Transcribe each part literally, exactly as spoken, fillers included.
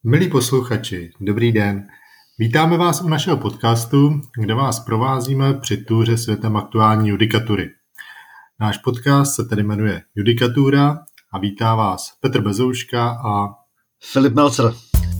Milí posluchači, dobrý den. Vítáme vás u našeho podcastu, kde vás provázíme při túře světem aktuální judikatury. Náš podcast se tedy jmenuje Judikatura a vítá vás Petr Bezouška a Filip Melcer.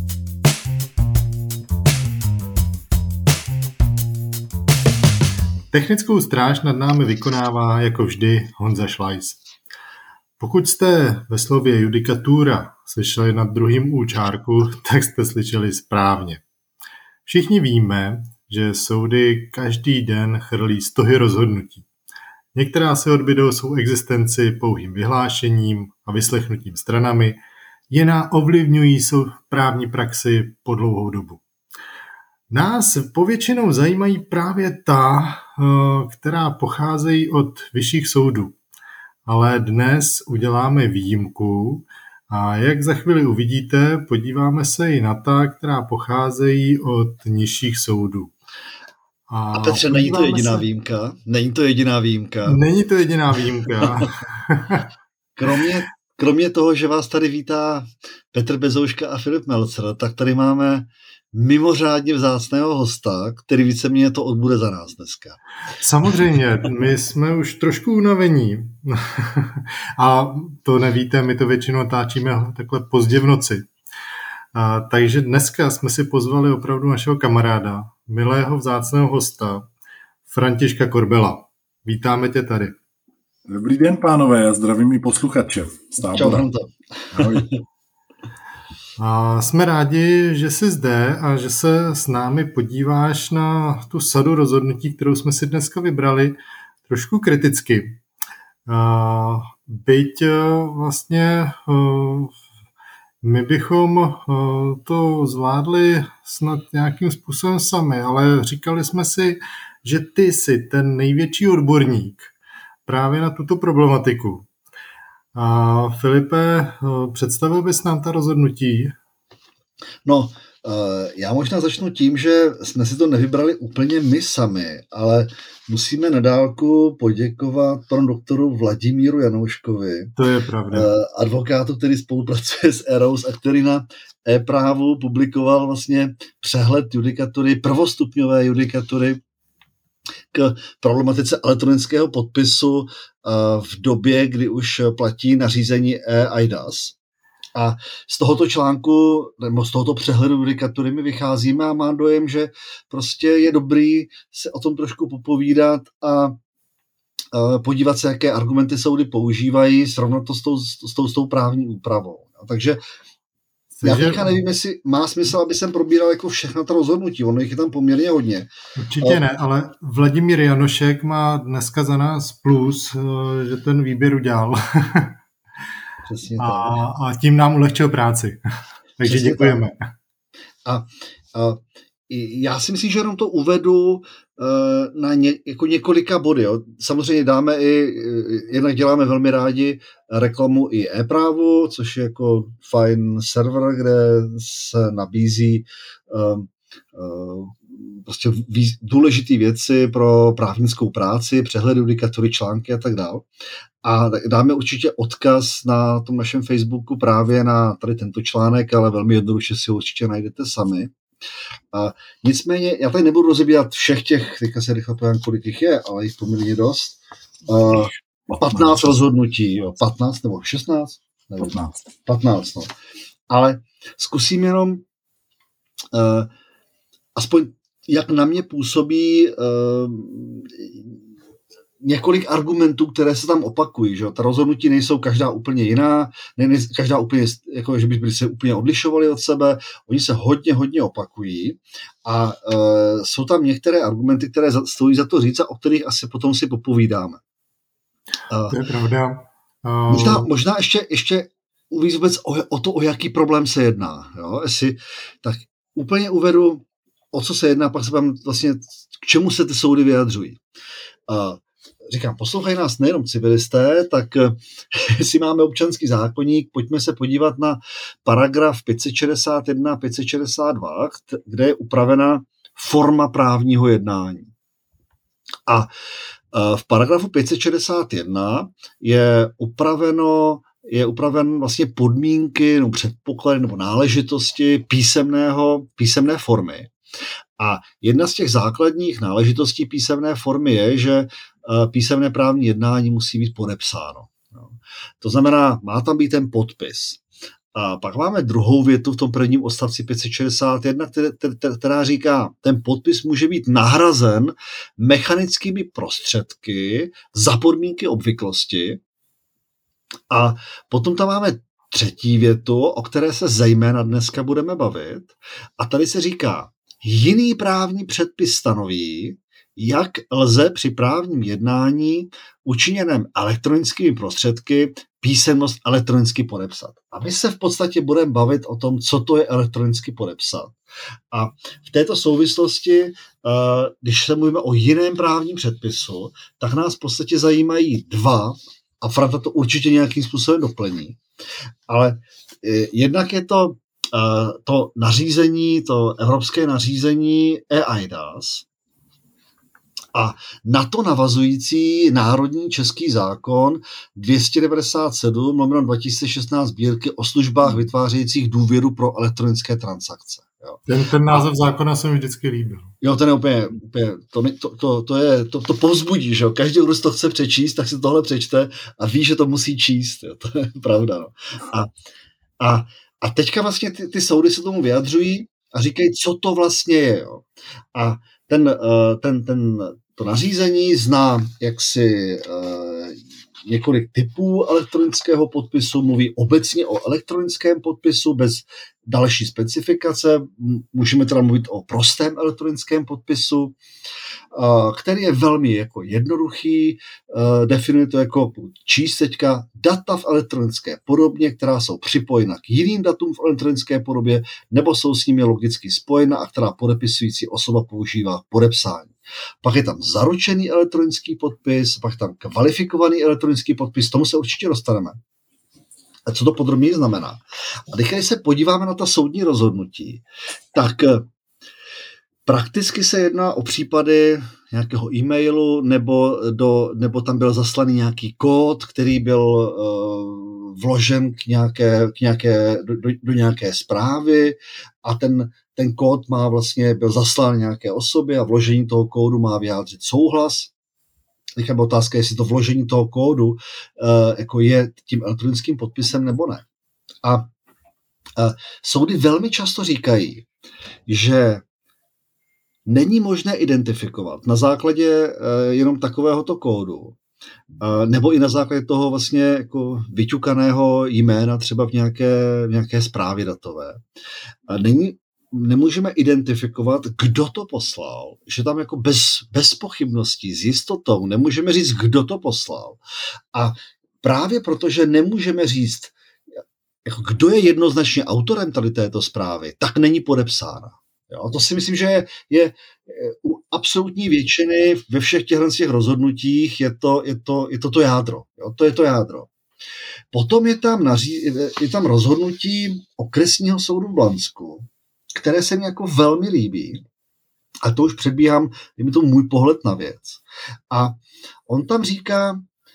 Technickou stráž nad námi vykonává jako vždy Honza Šlajs. Pokud jste ve slově judikatura slyšeli nad druhým U čárku, tak jste slyšeli správně. Všichni víme, že soudy každý den chrlí stohy rozhodnutí. Některá se odbydou svou existenci pouhým vyhlášením a vyslechnutím stranami, jiná ovlivňují svou právní praxi po dlouhou dobu. Nás povětšinou zajímají právě ta, která pocházejí od vyšších soudů. Ale dnes uděláme výjimku a jak za chvíli uvidíte, podíváme se i na ta, která pocházejí od nižších soudů. A, a Petře, není to jediná se... výjimka? Není to jediná výjimka? Není to jediná výjimka. kromě, kromě toho, že vás tady vítá Petr Bezouška a Filip Melcer, tak tady máme mimořádně vzácného hosta, který víceméně to odbude za nás dneska. Samozřejmě, my jsme už trošku unavení. A to nevíte, my to většinou natáčíme takhle pozdě v noci. A, takže dneska jsme si pozvali opravdu našeho kamaráda, milého vzácného hosta, Františka Korbela. Vítáme tě tady. Dobrý den, pánové, já zdravím i posluchače. Čau, Franto. Ahoj. A jsme rádi, že jsi zde a že se s námi podíváš na tu sadu rozhodnutí, kterou jsme si dneska vybrali, trošku kriticky. A byť vlastně my bychom to zvládli snad nějakým způsobem sami, ale říkali jsme si, že ty jsi ten největší odborník právě na tuto problematiku. A Filipe, představil bys nám ta rozhodnutí? No, já možná začnu tím, že jsme si to nevybrali úplně my sami, ale musíme na dálku poděkovat panu doktoru Vladimíru Janouškovi. To je pravda. Advokátu, který spolupracuje s Eros a který na e-právu publikoval vlastně přehled judikatury, prvostupňové judikatury k problematice elektronického podpisu v době, kdy už platí nařízení e-eIDAS. A z tohoto článku, nebo z tohoto přehledu judikatury my vycházíme a mám dojem, že prostě je dobrý se o tom trošku popovídat a podívat se, jaké argumenty soudy používají, srovnat to s tou, s tou, s tou právní úpravou. Takže já teďka nevím, jestli má smysl, aby jsem probíral jako všechna ta rozhodnutí. Ono jich je tam poměrně hodně. Určitě ne, ale Vladimír Janošek má dneska za nás plus, že ten výběr udělal. Přesně a, tak. a tím nám ulehčil práci. Takže Přesně děkujeme. A, a já si myslím, že jenom to uvedu na ně, jako několika body. Jo. Samozřejmě dáme i, jednak děláme velmi rádi reklamu i e-právu, což je jako fajn server, kde se nabízí uh, uh, prostě vý, důležité věci pro právnickou práci, přehled judikatury, články a tak dále. A dáme určitě odkaz na tom našem Facebooku právě na tady tento článek, ale velmi jednoduše si ho určitě najdete sami. A nicméně, já tady nebudu rozebírat všech těch, teďka se rychle povím, kolik jich je, ale jich poměrně dost. Uh, patnáct rozhodnutí, jo, patnáct nebo šestnáct? Nevím. patnáct. patnáct, no. Ale zkusím jenom uh, aspoň jak na mě působí uh, několik argumentů, které se tam opakují. Že? Ta rozhodnutí nejsou každá úplně jiná, ne, ne, každá úplně, jako, že by se úplně odlišovaly od sebe, oni se hodně, hodně opakují a uh, jsou tam některé argumenty, které za, stojí za to říct a o kterých asi potom si popovídáme. Uh, to je pravda. Uh... Možná, možná ještě, ještě uvíc vůbec o, o to, o jaký problém se jedná. Jo? Jestli, tak úplně uvedu, o co se jedná, pak se vám vlastně, k čemu se ty soudy vyjadřují. Uh, Říkám, poslouchají nás nejenom civilisté, tak jestli máme občanský zákoník, pojďme se podívat na paragraf pět set šedesát jedna a pět set šedesát dva, kde je upravena forma právního jednání. A v paragrafu pět set šedesát jedna je upraveno je upraven vlastně podmínky nebo předpoklady nebo náležitosti písemného, písemné formy. A jedna z těch základních náležitostí písemné formy je, že písemné právní jednání musí být podepsáno. To znamená, má tam být ten podpis. A pak máme druhou větu v tom prvním odstavci pět set šedesát jedna, která říká, ten podpis může být nahrazen mechanickými prostředky za podmínky obvyklosti. A potom tam máme třetí větu, o které se zejména dneska budeme bavit. A tady se říká, jiný právní předpis stanoví, jak lze při právním jednání učiněném elektronickými prostředky písemnost elektronicky podepsat. A my se v podstatě budeme bavit o tom, co to je elektronicky podepsat. A v této souvislosti, když se mluvíme o jiném právním předpisu, tak nás v podstatě zajímají dva, a Franta to určitě nějakým způsobem doplní. Ale jednak je to to nařízení, to evropské nařízení E I D A S a na to navazující národní český zákon dvě stě devadesát sedm lomeno dva tisíce šestnáct sbírky o službách vytvářejících důvěru pro elektronické transakce. Jo. Ten, ten název zákona se mi vždycky líbil. Jo, ten je úplně, úplně to, to, to, to, je, to, to povzbudí, že jo. Každý, kdo to chce přečíst, tak si tohle přečte a ví, že to musí číst. Jo. To je pravda. No. A, a, a teďka vlastně ty, ty soudy se tomu vyjadřují a říkají, co to vlastně je. Jo. A ten, ten, ten, to nařízení zná jaksi několik typů elektronického podpisu, mluví obecně o elektronickém podpisu bez další specifikace. Můžeme teda mluvit o prostém elektronickém podpisu, který je velmi jako jednoduchý, definuje to jako číst teďka data v elektronické podobě, která jsou připojena k jiným datům v elektronické podobě, nebo jsou s nimi logicky spojena a která podepisující osoba používá k podepsání. Pak je tam zaručený elektronický podpis, pak je tam kvalifikovaný elektronický podpis, tomu se určitě dostaneme. A co to podrobněji znamená? A když se podíváme na ta soudní rozhodnutí, tak prakticky se jedná o případy nějakého e-mailu, nebo, do, nebo tam byl zaslaný nějaký kód, který byl uh, vložen k nějaké, k nějaké, do, do, do nějaké zprávy a ten, ten kód má vlastně, byl zaslán nějaké osobě a vložení toho kódu má vyjádřit souhlas. Teďka byla otázka, jestli to vložení toho kódu uh, jako je tím elektronickým podpisem nebo ne. A uh, soudy velmi často říkají, že není možné identifikovat na základě uh, jenom takovéhoto kódu, uh, nebo i na základě toho vlastně jako vyťukaného jména třeba v nějaké, v nějaké zprávě datové. Uh, není nemůžeme identifikovat, kdo to poslal, že tam jako bez, bez pochybností, s jistotou nemůžeme říct, kdo to poslal. A právě protože nemůžeme říct, jako kdo je jednoznačně autorem tady této zprávy, tak není podepsána. Jo? To si myslím, že je, je u absolutní většiny ve všech těchto těch rozhodnutích je to, je to, je to, to jádro. Jo? To je to jádro. Potom je tam, naří, je tam rozhodnutí okresního soudu v Blansku, které se mi jako velmi líbí. A to už předbíhám, je mi to můj pohled na věc. A on tam říká,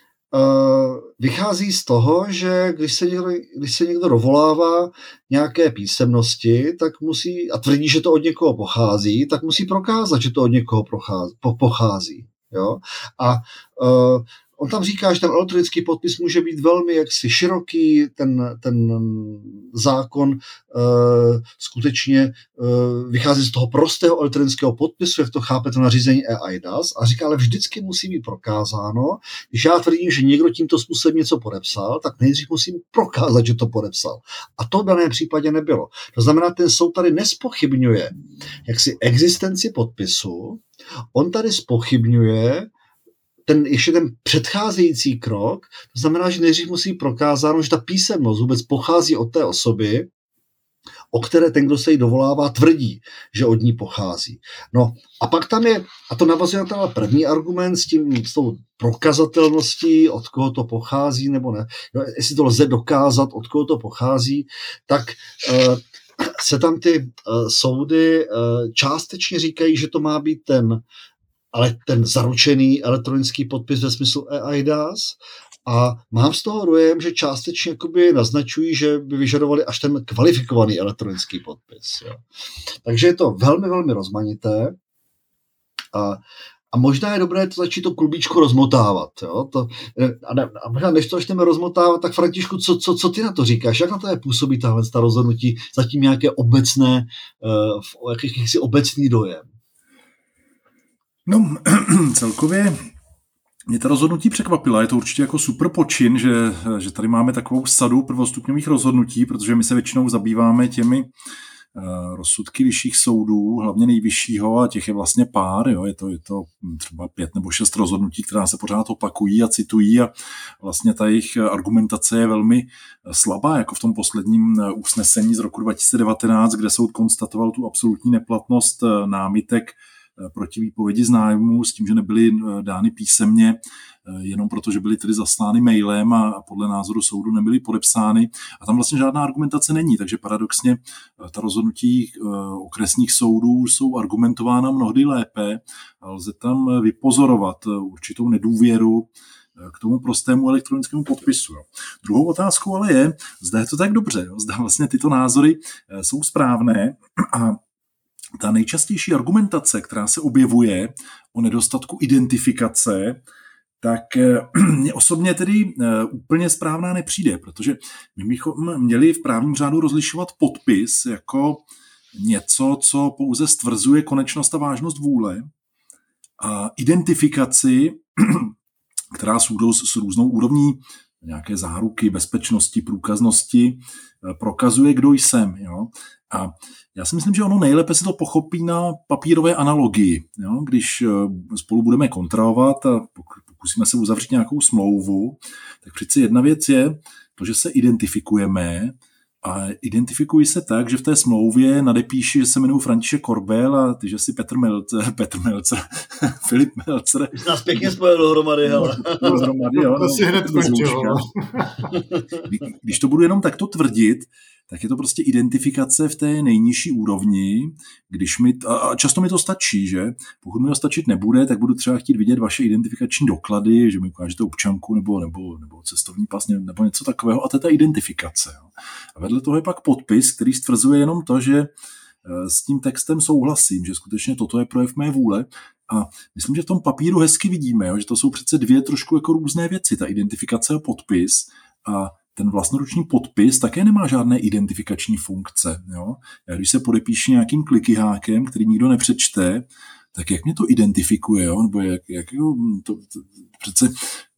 uh, vychází z toho, že když se, někdo, když se někdo dovolává nějaké písemnosti, tak musí, a tvrdí, že to od někoho pochází, tak musí prokázat, že to od někoho prochází, po, pochází. Jo? A uh, on tam říká, že ten elektronický podpis může být velmi jaksi široký, ten, ten zákon uh, skutečně uh, vychází z toho prostého elektronického podpisu, jak to chápe to nařízení E I D A S, a říká, ale vždycky musí být prokázáno, když já tvrdím, že někdo tímto způsobem něco podepsal, tak nejdřív musím prokázat, že to podepsal. A to v daném případě nebylo. To znamená, ten soud tady nespochybňuje jaksi existenci podpisu, on tady zpochybňuje ten, ještě ten předcházející krok, to znamená, že nejdřív musí prokázáno, že ta písemnost vůbec pochází od té osoby, o které ten, kdo se jí dovolává, tvrdí, že od ní pochází. No a pak tam je, a to navazuje na ten první argument s tím, s tou prokazatelností, od koho to pochází, nebo ne, no, jestli to lze dokázat, od koho to pochází, tak uh, se tam ty uh, soudy uh, částečně říkají, že to má být ten ale ten zaručený elektronický podpis ve smyslu E I D A S a mám z toho dojem, že částečně jakoby naznačují, že by vyžadovali až ten kvalifikovaný elektronický podpis. Jo. Takže je to velmi, velmi rozmanité a, a možná je dobré to začít to klubíčko rozmotávat. Jo. To, a, ne, a možná než to začneme rozmotávat, tak Františku, co, co, co ty na to říkáš? Jak na to je působí tahle ta rozhodnutí? Zatím nějaké obecné, uh, jakýsi obecný dojem? No, celkově mě ta rozhodnutí překvapila. Je to určitě jako super počin, že, že tady máme takovou sadu prvostupňových rozhodnutí, protože my se většinou zabýváme těmi uh, rozsudky vyšších soudů, hlavně nejvyššího, a těch je vlastně pár. Jo. Je, to, je to třeba pět nebo šest rozhodnutí, která se pořád opakují a citují, a vlastně ta jejich argumentace je velmi slabá, jako v tom posledním usnesení z roku dva tisíce devatenáct, kde soud konstatoval tu absolutní neplatnost námitek proti výpovědi z nájmu s tím, že nebyly dány písemně, jenom proto, že byly tedy zaslány mailem a podle názoru soudu nebyly podepsány. A tam vlastně žádná argumentace není, takže paradoxně ta rozhodnutí okresních soudů jsou argumentována mnohdy lépe a lze tam vypozorovat určitou nedůvěru k tomu prostému elektronickému podpisu. Druhou otázkou ale je, zda je to tak dobře, zda vlastně tyto názory jsou správné. A ta nejčastější argumentace, která se objevuje o nedostatku identifikace, tak mně osobně tedy úplně správná nepřijde, protože my bychom měli v právním řádu rozlišovat podpis jako něco, co pouze stvrzuje konečnost a vážnost vůle, a identifikaci, která s různou úrovní nějaké záruky, bezpečnosti, průkaznosti prokazuje, kdo jsem. Jo? A já si myslím, že ono nejlépe se to pochopí na papírové analogii. Jo? Když spolu budeme kontrahovat a pokusíme se uzavřít nějakou smlouvu, tak přeci jedna věc je to, že se identifikujeme, a identifikuji se tak, že v té smlouvě nadepíši, že se jmenuji František Korbel a ty, že jsi Petr Melcer, Petr Melcer, Filip Melcer. Jsi nás pěkně spojil dohromady, hele. Dohromady, jo. To si hned končilo. Když to budu jenom takto tvrdit, tak je to prostě identifikace v té nejnižší úrovni, když mi, a často mi to stačí, že? Pokud mi to stačit nebude, tak budu třeba chtít vidět vaše identifikační doklady, že mi ukážete občanku nebo, nebo, nebo cestovní pas nebo něco takového, a to je ta identifikace. Jo. A vedle toho je pak podpis, který stvrzuje jenom to, že s tím textem souhlasím, že skutečně toto je projev mé vůle. A myslím, že v tom papíru hezky vidíme, jo, že to jsou přece dvě trošku jako různé věci, ta identifikace a podpis. A ten vlastnoruční podpis také nemá žádné identifikační funkce. Jo? Já když se podepíši nějakým klikyhákem, který nikdo nepřečte, tak jak mě to identifikuje? Jo? Nebo jak, jak jo, to, to, přece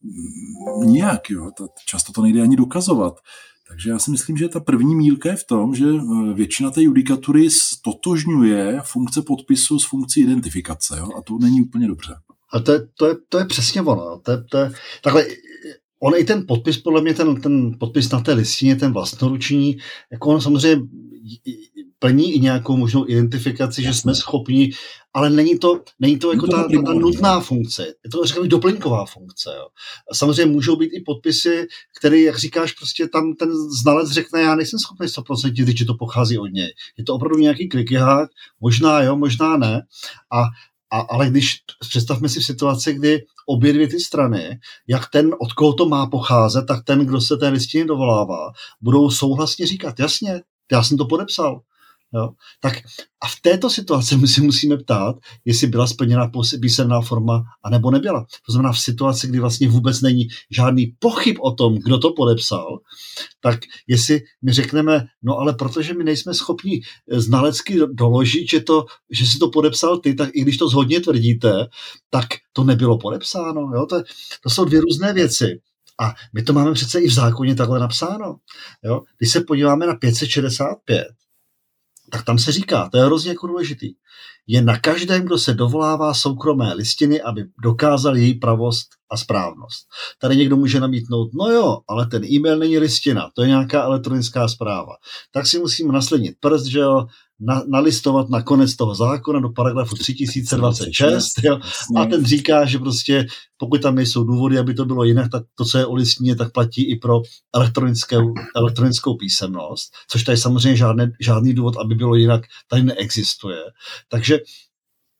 nijak. Jo? To, často to nejde ani dokazovat. Takže já si myslím, že ta první mýlka je v tom, že většina té judikatury stotožňuje funkce podpisu s funkcí identifikace. Jo? A to není úplně dobře. A to je, to je, to je přesně ono. To je, to je, takhle, on i ten podpis, podle mě ten, ten podpis na té listině, ten vlastnoruční, jako on samozřejmě plní i nějakou možnou identifikaci, že jsme schopni, ale není to, není to jako ta, ta, ta nutná funkce. Je to, řekněme, doplňková funkce. Jo. Samozřejmě můžou být i podpisy, které, jak říkáš, prostě tam ten znalec řekne, já nejsem schopný sto procent říct, že to pochází od něj. Je to opravdu nějaký klikyhák, možná jo, možná ne. A A, ale když představme si v situaci, kdy obě dvě ty strany, jak ten, od koho to má pocházet, tak ten, kdo se té listině dovolává, budou souhlasně říkat, jasně, já jsem to podepsal. Jo? Tak a v této situaci my si musíme ptát, jestli byla splněna písemná forma, anebo nebyla. To znamená v situaci, kdy vlastně vůbec není žádný pochyb o tom, kdo to podepsal, tak jestli my řekneme, no ale protože my nejsme schopni znalecky doložit, že, to, že si to podepsal ty, tak i když to zhodně tvrdíte, tak to nebylo podepsáno. Jo? To, to jsou dvě různé věci. A my to máme přece i v zákoně takhle napsáno. Jo? Když se podíváme na pět set šedesát pět, tak tam se říká, to je hrozně jako důležitý, je na každém, kdo se dovolává soukromé listiny, aby dokázal její pravost a správnost. Tady někdo může namítnout, no jo, ale ten e-mail není listina, to je nějaká elektronická zpráva. Tak si musíme naslednit prst, že jo, na, nalistovat na konec toho zákona do paragrafu tři tisíce dvacet šest, jo, a ten říká, že prostě pokud tam nejsou důvody, aby to bylo jinak, tak to, co je o listině, tak platí i pro elektronickou, elektronickou písemnost, což tady samozřejmě žádný, žádný důvod, aby bylo jinak, tady neexistuje. Takže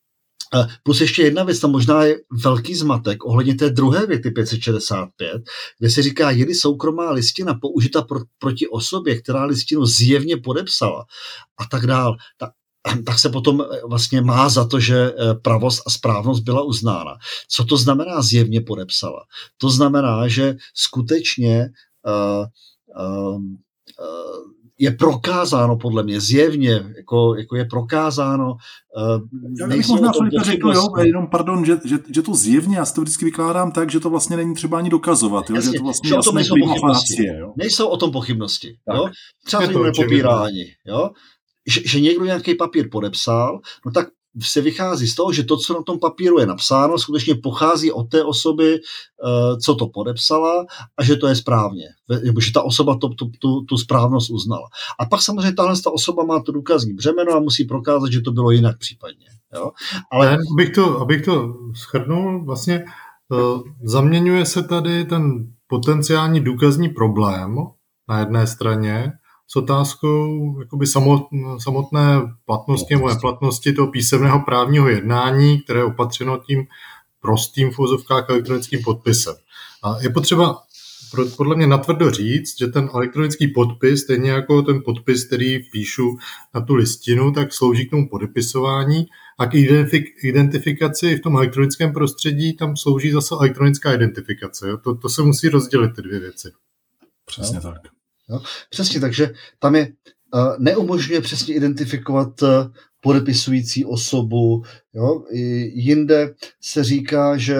Plus ještě jedna věc, tam možná je velký zmatek ohledně té druhé věty pět set šedesát pět, kde se říká, je-li soukromá listina použita pro, proti osobě, která listinu zjevně podepsala a tak dál, tak, tak se potom vlastně má za to, že pravost a správnost byla uznána. Co to znamená zjevně podepsala? To znamená, že skutečně uh, uh, uh, je prokázáno podle mě zjevně, jako, jako je prokázáno. Já bych možná to řekl, jo, jenom pardon, že, že, že to zjevně, já si to vždycky vykládám tak, že to vlastně není třeba ani dokazovat, jo, jasně, že to vlastně že o tom nejsou pochybnosti. Facie, jo. Nejsou o tom pochybnosti. Jo? Třeba to nepopírání. Jo? Že, že někdo nějaký papír podepsal, no tak se vychází z toho, že to, co na tom papíru je napsáno, skutečně pochází od té osoby, co to podepsala a že to je správně. Že ta osoba to, tu, tu, tu správnost uznala. A pak samozřejmě tahle ta osoba má to důkazní břemeno a musí prokázat, že to bylo jinak případně. Jo? Ale abych to, abych to shrnul, vlastně uh, zaměňuje se tady ten potenciální důkazní problém na jedné straně s otázkou jakoby samotné platnosti nebo neplatnosti toho písemného právního jednání, které je opatřeno tím prostým v uvozovkách elektronickým podpisem. A je potřeba podle mě natvrdo říct, že ten elektronický podpis, stejně jako ten podpis, který píšu na tu listinu, tak slouží k tomu podepisování a k identifikaci v tom elektronickém prostředí tam slouží zase elektronická identifikace. Jo? To, to se musí rozdělit ty dvě věci. Přesně no. tak. Jo? Přesně, takže tam je uh, neumožňuje přesně identifikovat uh, podepisující osobu. Jo? I jinde se říká, že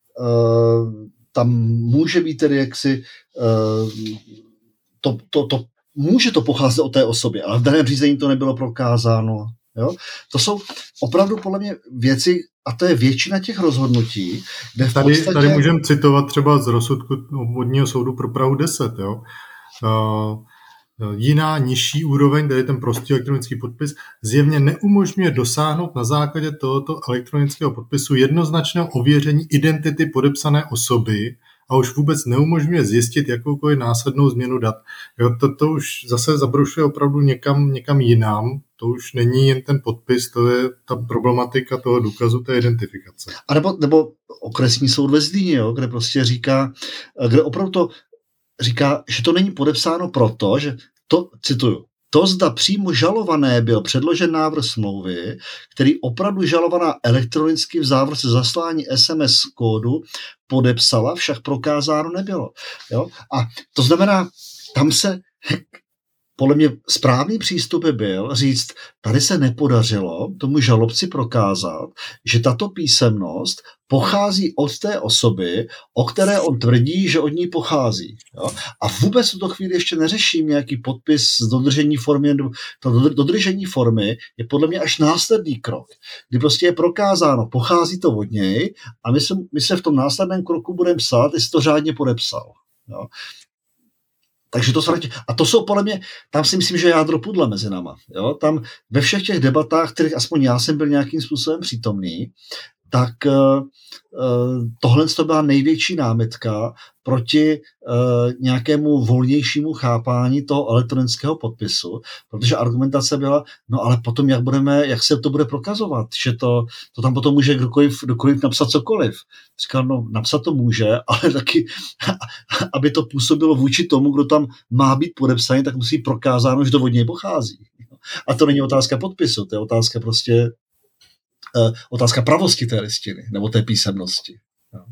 uh, tam může být tedy jaksi uh, to, to, to, může to pocházet od té osoby, ale v daném řízení to nebylo prokázáno. Jo? To jsou opravdu podle mě věci, a to je většina těch rozhodnutí, kde v tady, podstatě... Tady můžeme citovat třeba z rozsudku obvodního soudu pro Prahu deset. Jo? Uh, jiná nižší úroveň, tedy ten prostý elektronický podpis, zjevně neumožňuje dosáhnout na základě tohoto elektronického podpisu jednoznačného ověření identity podepsané osoby a už vůbec neumožňuje zjistit jakoukoliv následnou změnu dat. Jo, to, to už zase zabrušuje opravdu někam, někam jinam. To už není jen ten podpis, to je ta problematika toho důkazu, té identifikace. A nebo, nebo okresní soud ve Zlíně, jo, kde prostě říká, kde opravdu to říká, že to není podepsáno proto, že to, cituju, to zda přímo žalované byl předložen návrh smlouvy, který opravdu žalovaná elektronicky v závorce zaslání es em es kódu podepsala, však prokázáno nebylo. Jo? A to znamená, tam se podle mě správný přístup by byl říct, tady se nepodařilo tomu žalobci prokázat, že tato písemnost pochází od té osoby, o které on tvrdí, že od ní pochází. Jo? A vůbec v tuto chvíli ještě neřeším nějaký podpis z dodržení formy. To dodržení formy je podle mě až následný krok, kdy prostě je prokázáno, pochází to od něj a my se, my se v tom následném kroku budeme psát, jestli to řádně podepsal. Jo? Takže to se, a to jsou podle mě, tam si myslím, že jádro pudla mezi náma. Jo? Tam ve všech těch debatách, kterých aspoň já jsem byl nějakým způsobem přítomný, tak uh, tohle to byla největší námitka proti uh, nějakému volnějšímu chápání toho elektronického podpisu, protože argumentace byla, no ale potom jak budeme, jak se to bude prokazovat, že to, to tam potom může kdokoliv, kdokoliv napsat cokoliv. Říkám, no napsat to může, ale taky, aby to působilo vůči tomu, kdo tam má být podepsaný, tak musí prokázáno, že to od něj pochází. A to není otázka podpisu, to je otázka prostě Uh, otázka pravosti té listiny, nebo té písemnosti. No.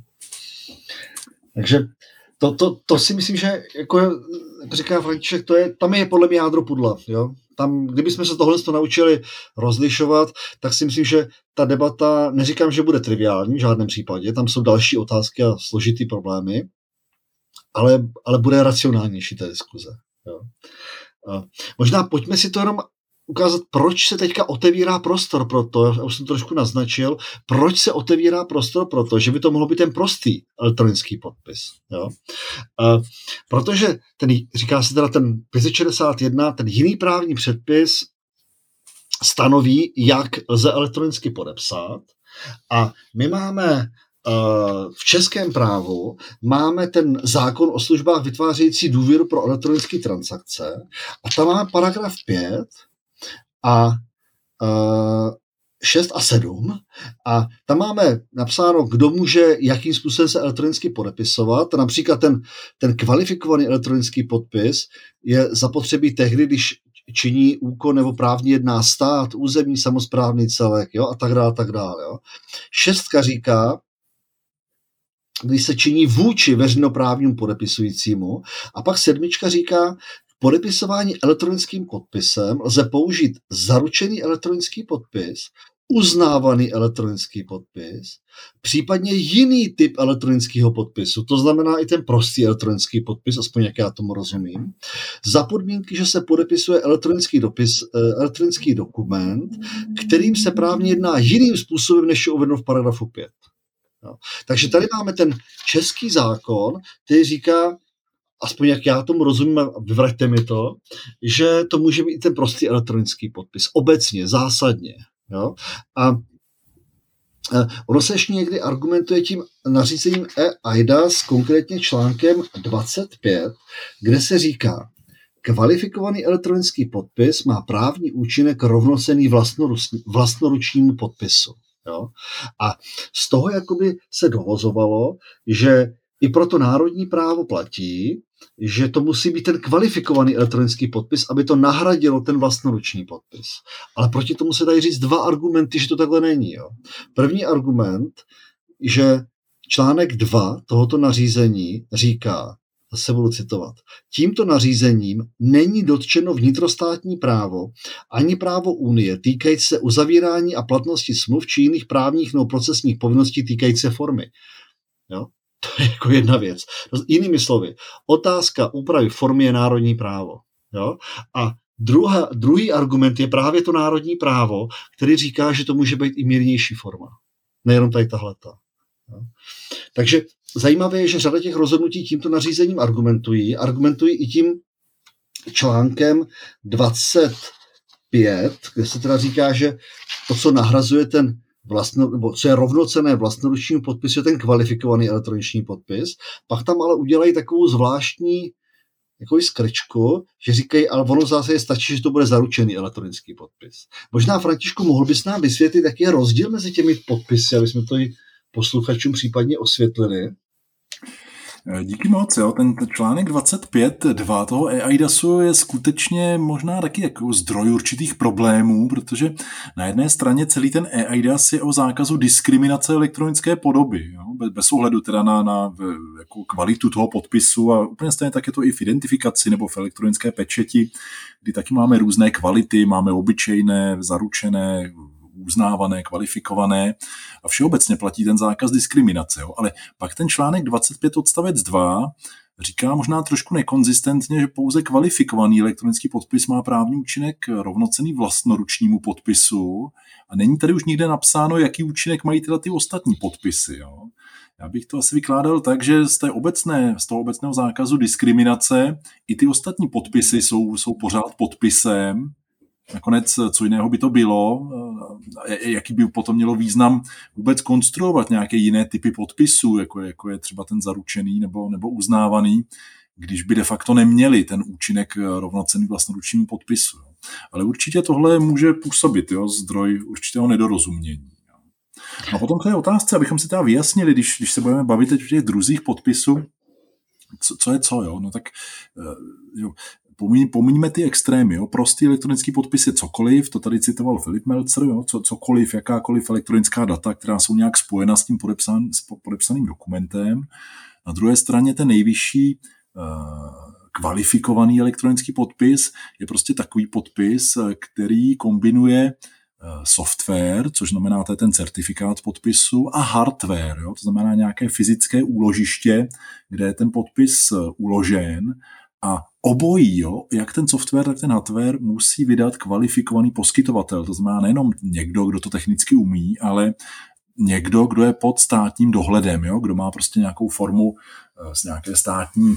Takže to, to, to si myslím, že jako je, říká František, to je, tam je podle mě jádro pudla. Jo? Tam, kdybychom se tohle naučili rozlišovat, tak si myslím, že ta debata, neříkám, že bude triviální v žádném případě, tam jsou další otázky a složitý problémy, ale, ale bude racionálnější ta diskuze. Jo? Uh, možná pojďme si to jenom ukázat, proč se teďka otevírá prostor pro to, já už jsem to trošku naznačil, proč se otevírá prostor pro to, že by to mohlo být ten prostý elektronický podpis. Jo? Uh, protože ten, říká se teda ten pět set šedesát jedna, ten jiný právní předpis stanoví, jak lze elektronicky podepsat a my máme uh, v českém právu máme ten zákon o službách vytvářející důvěru pro elektronické transakce a tam máme paragraf pět, a uh, šest a sedm a tam máme napsáno, kdo může, jakým způsobem se elektronicky podepisovat. Například ten, ten kvalifikovaný elektronický podpis je zapotřebí tehdy, když činí úkon nebo právně jedná stát, územní samosprávný celek, jo, a tak dále, tak dále. Jo. Šestka říká, když se činí vůči veřejnoprávnímu podepisujícímu, a pak sedmička říká, podepisování elektronickým podpisem lze použít zaručený elektronický podpis, uznávaný elektronický podpis, případně jiný typ elektronického podpisu, to znamená i ten prostý elektronický podpis, aspoň jak já tomu rozumím, za podmínky, že se podepisuje elektronický, dopis, elektronický dokument, kterým se právně jedná jiným způsobem, než je uvedeno v paragrafu pět. No. Takže tady máme ten český zákon, který říká, aspoň jak já tomu rozumím, vyvraťte mi to, že to může být i ten prostý elektronický podpis. Obecně, zásadně. Jo? A ono se ještě někdy argumentuje tím nařízením eIDAS, konkrétně článkem dvacet pět, kde se říká, kvalifikovaný elektronický podpis má právní účinek rovnocenný vlastnoručnímu podpisu. Jo? A z toho jakoby se dovozovalo, že i proto národní právo platí, že to musí být ten kvalifikovaný elektronický podpis, aby to nahradilo ten vlastnoruční podpis. Ale proti tomu se dají říct dva argumenty, že to takhle není. Jo. První argument, že článek dva tohoto nařízení říká, zase budu citovat, tímto nařízením není dotčeno vnitrostátní právo ani právo Unie týkající se uzavírání a platnosti smluv či jiných právních nebo procesních povinností týkající se formy. Jo. To je jako jedna věc. Jinými slovy, otázka úpravy formy je národní právo. Jo? A druhá, druhý argument je právě to národní právo, který říká, že to může být i mírnější forma. Nejenom tady tahleta. Jo? Takže zajímavé je, že řada těch rozhodnutí tímto nařízením argumentují. Argumentují i tím článkem dvacet pět, kde se teda říká, že to, co nahrazuje ten Vlastno, nebo co je rovnocenné vlastnoručnímu podpisu, je ten kvalifikovaný elektroniční podpis. Pak tam ale udělají takovou zvláštní takovou skrčku, že říkají, ale ono v zásadě stačí, že to bude zaručený elektronický podpis. Možná, Františku, mohl bys nám vysvětlit, jaký je rozdíl mezi těmi podpisy, aby jsme to i posluchačům případně osvětlili? Díky moc, jo. Ten článek dvacet pět dva toho eIDASu je skutečně možná taky jako zdroj určitých problémů, protože na jedné straně celý ten eIDAS je o zákazu diskriminace elektronické podoby, jo. Bez ohledu teda na, na jako kvalitu toho podpisu a úplně stejně tak je to i v identifikaci nebo v elektronické pečeti, kdy taky máme různé kvality, máme obyčejné, zaručené, uznávané, kvalifikované a všeobecně platí ten zákaz diskriminace. Jo. Ale pak ten článek dvacet pět odstavec dva říká možná trošku nekonzistentně, že pouze kvalifikovaný elektronický podpis má právní účinek rovnocenný vlastnoručnímu podpisu a není tady už nikde napsáno, jaký účinek mají teda ty ostatní podpisy. Jo. Já bych to asi vykládal tak, že z, té obecné, z toho obecného zákazu diskriminace i ty ostatní podpisy jsou, jsou pořád podpisem. Nakonec, co jiného by to bylo, jaký by potom mělo význam vůbec konstruovat nějaké jiné typy podpisů, jako je, jako je třeba ten zaručený nebo, nebo uznávaný, když by de facto neměli ten účinek rovnocenný vlastnoručnímu podpisu. Ale určitě tohle může působit, jo, zdroj určitého nedorozumění. A potom k té otázce, abychom si teda vyjasnili, když, když se budeme bavit teď o těch druzích podpisů, co, co je co, jo, no tak jo, pomíňme ty extrémy. Jo. Prostý elektronický podpis je cokoliv, to tady citoval Filip Melcer, jo, co, cokoliv, jakákoliv elektronická data, která jsou nějak spojena s tím podepsan, s podepsaným dokumentem. Na druhé straně ten nejvyšší uh, kvalifikovaný elektronický podpis je prostě takový podpis, který kombinuje software, což znamená to je ten certifikát podpisu, a hardware, jo, to znamená nějaké fyzické úložiště, kde je ten podpis uložen. A obojí, jo, jak ten software, tak ten hardware musí vydat kvalifikovaný poskytovatel. To znamená nejenom někdo, kdo to technicky umí, ale někdo, kdo je pod státním dohledem, jo, kdo má prostě nějakou formu z nějaké státní uh,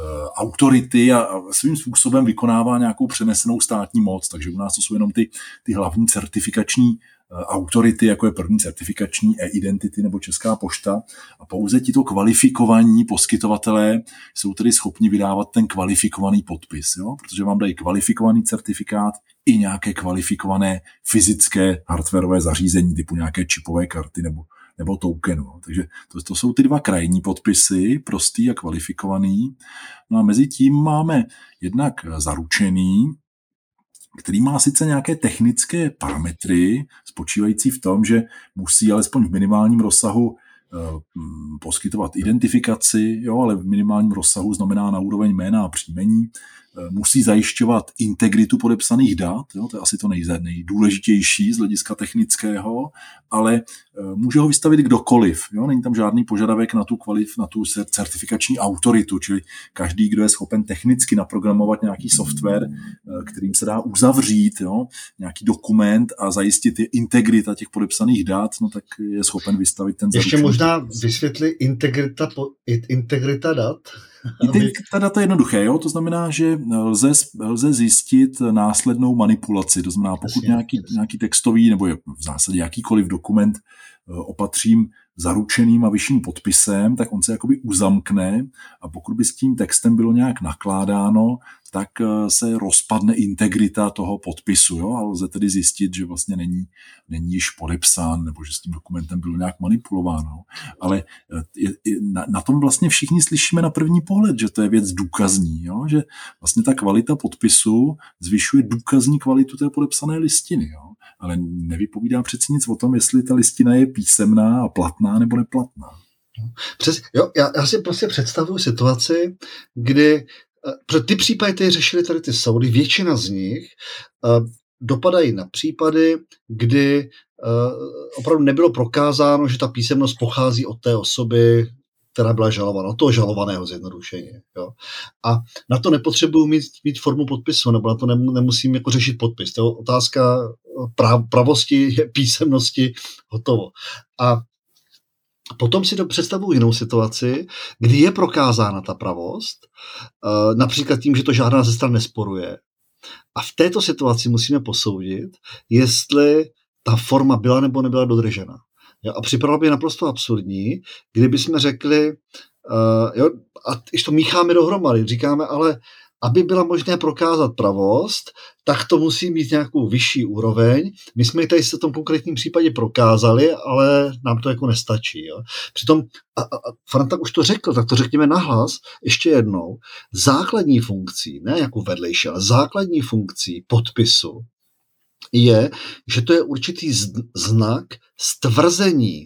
autority a, a svým způsobem vykonává nějakou přenesenou státní moc. Takže u nás to jsou jenom ty, ty hlavní certifikační autority, jako je první certifikační e-identity nebo Česká pošta, a pouze tito kvalifikovaní poskytovatelé jsou tedy schopni vydávat ten kvalifikovaný podpis, jo? Protože vám dají kvalifikovaný certifikát i nějaké kvalifikované fyzické hardwareové zařízení typu nějaké čipové karty nebo, nebo tokenu. Takže to, to jsou ty dva krajní podpisy, prostý a kvalifikovaný. No a mezi tím máme jednak zaručený, který má sice nějaké technické parametry, spočívající v tom, že musí alespoň v minimálním rozsahu poskytovat identifikaci, jo, ale v minimálním rozsahu znamená na úroveň jména a příjmení, musí zajišťovat integritu podepsaných dat, jo, to je asi to nejdůležitější z hlediska technického, ale může ho vystavit kdokoliv. Jo, není tam žádný požadavek na tu, kvalif, na tu certifikační autoritu, čili každý, kdo je schopen technicky naprogramovat nějaký software, kterým se dá uzavřít, jo, nějaký dokument a zajistit je integrita těch podepsaných dat, no tak je schopen vystavit ten zaručený. Ještě možná vysvětli integrita, integrita dat. Integrita data je jednoduché, jo? To znamená, že lze, lze zjistit následnou manipulaci. To znamená, pokud nějaký, nějaký textový nebo v zásadě jakýkoliv dokument opatřím zaručeným a vyšším podpisem, tak on se jakoby uzamkne a pokud by s tím textem bylo nějak nakládáno, tak se rozpadne integrita toho podpisu. Jo? A lze tedy zjistit, že vlastně není, není již podepsán nebo že s tím dokumentem bylo nějak manipulováno. Ale je, je, na, na tom vlastně všichni slyšíme na první pohled, že to je věc důkazní. Jo? Že vlastně ta kvalita podpisu zvyšuje důkazní kvalitu té podepsané listiny. Jo? Ale nevypovídá přeci nic o tom, jestli ta listina je písemná a platná nebo neplatná. Přes, jo, já, já si prostě představuju situaci, kdy protože ty případy, které řešily tady ty soudy, většina z nich uh, dopadají na případy, kdy uh, opravdu nebylo prokázáno, že ta písemnost pochází od té osoby, která byla žalovaná, od toho žalovaného zjednodušeně. Jo. A na to nepotřebuji mít, mít formu podpisu, nebo na to nemusím jako řešit podpis. To je otázka prav, pravosti, písemnosti, hotovo. A potom si to představuji jinou situaci, kdy je prokázána ta pravost, například tím, že to žádná ze stran nesporuje. A v této situaci musíme posoudit, jestli ta forma byla nebo nebyla dodržena. Jo, a připadalo by naprosto absurdní, kdyby jsme řekli, uh, jo, a když to mícháme dohromady, říkáme, ale aby byla možné prokázat pravost, tak to musí mít nějakou vyšší úroveň. My jsme ji tady se v tom konkrétním případě prokázali, ale nám to jako nestačí. Jo. Přitom, a, a Franta už to řekl, tak to řekněme nahlas ještě jednou, základní funkcí, ne jako vedlejší, ale základní funkcí podpisu je, že to je určitý znak stvrzení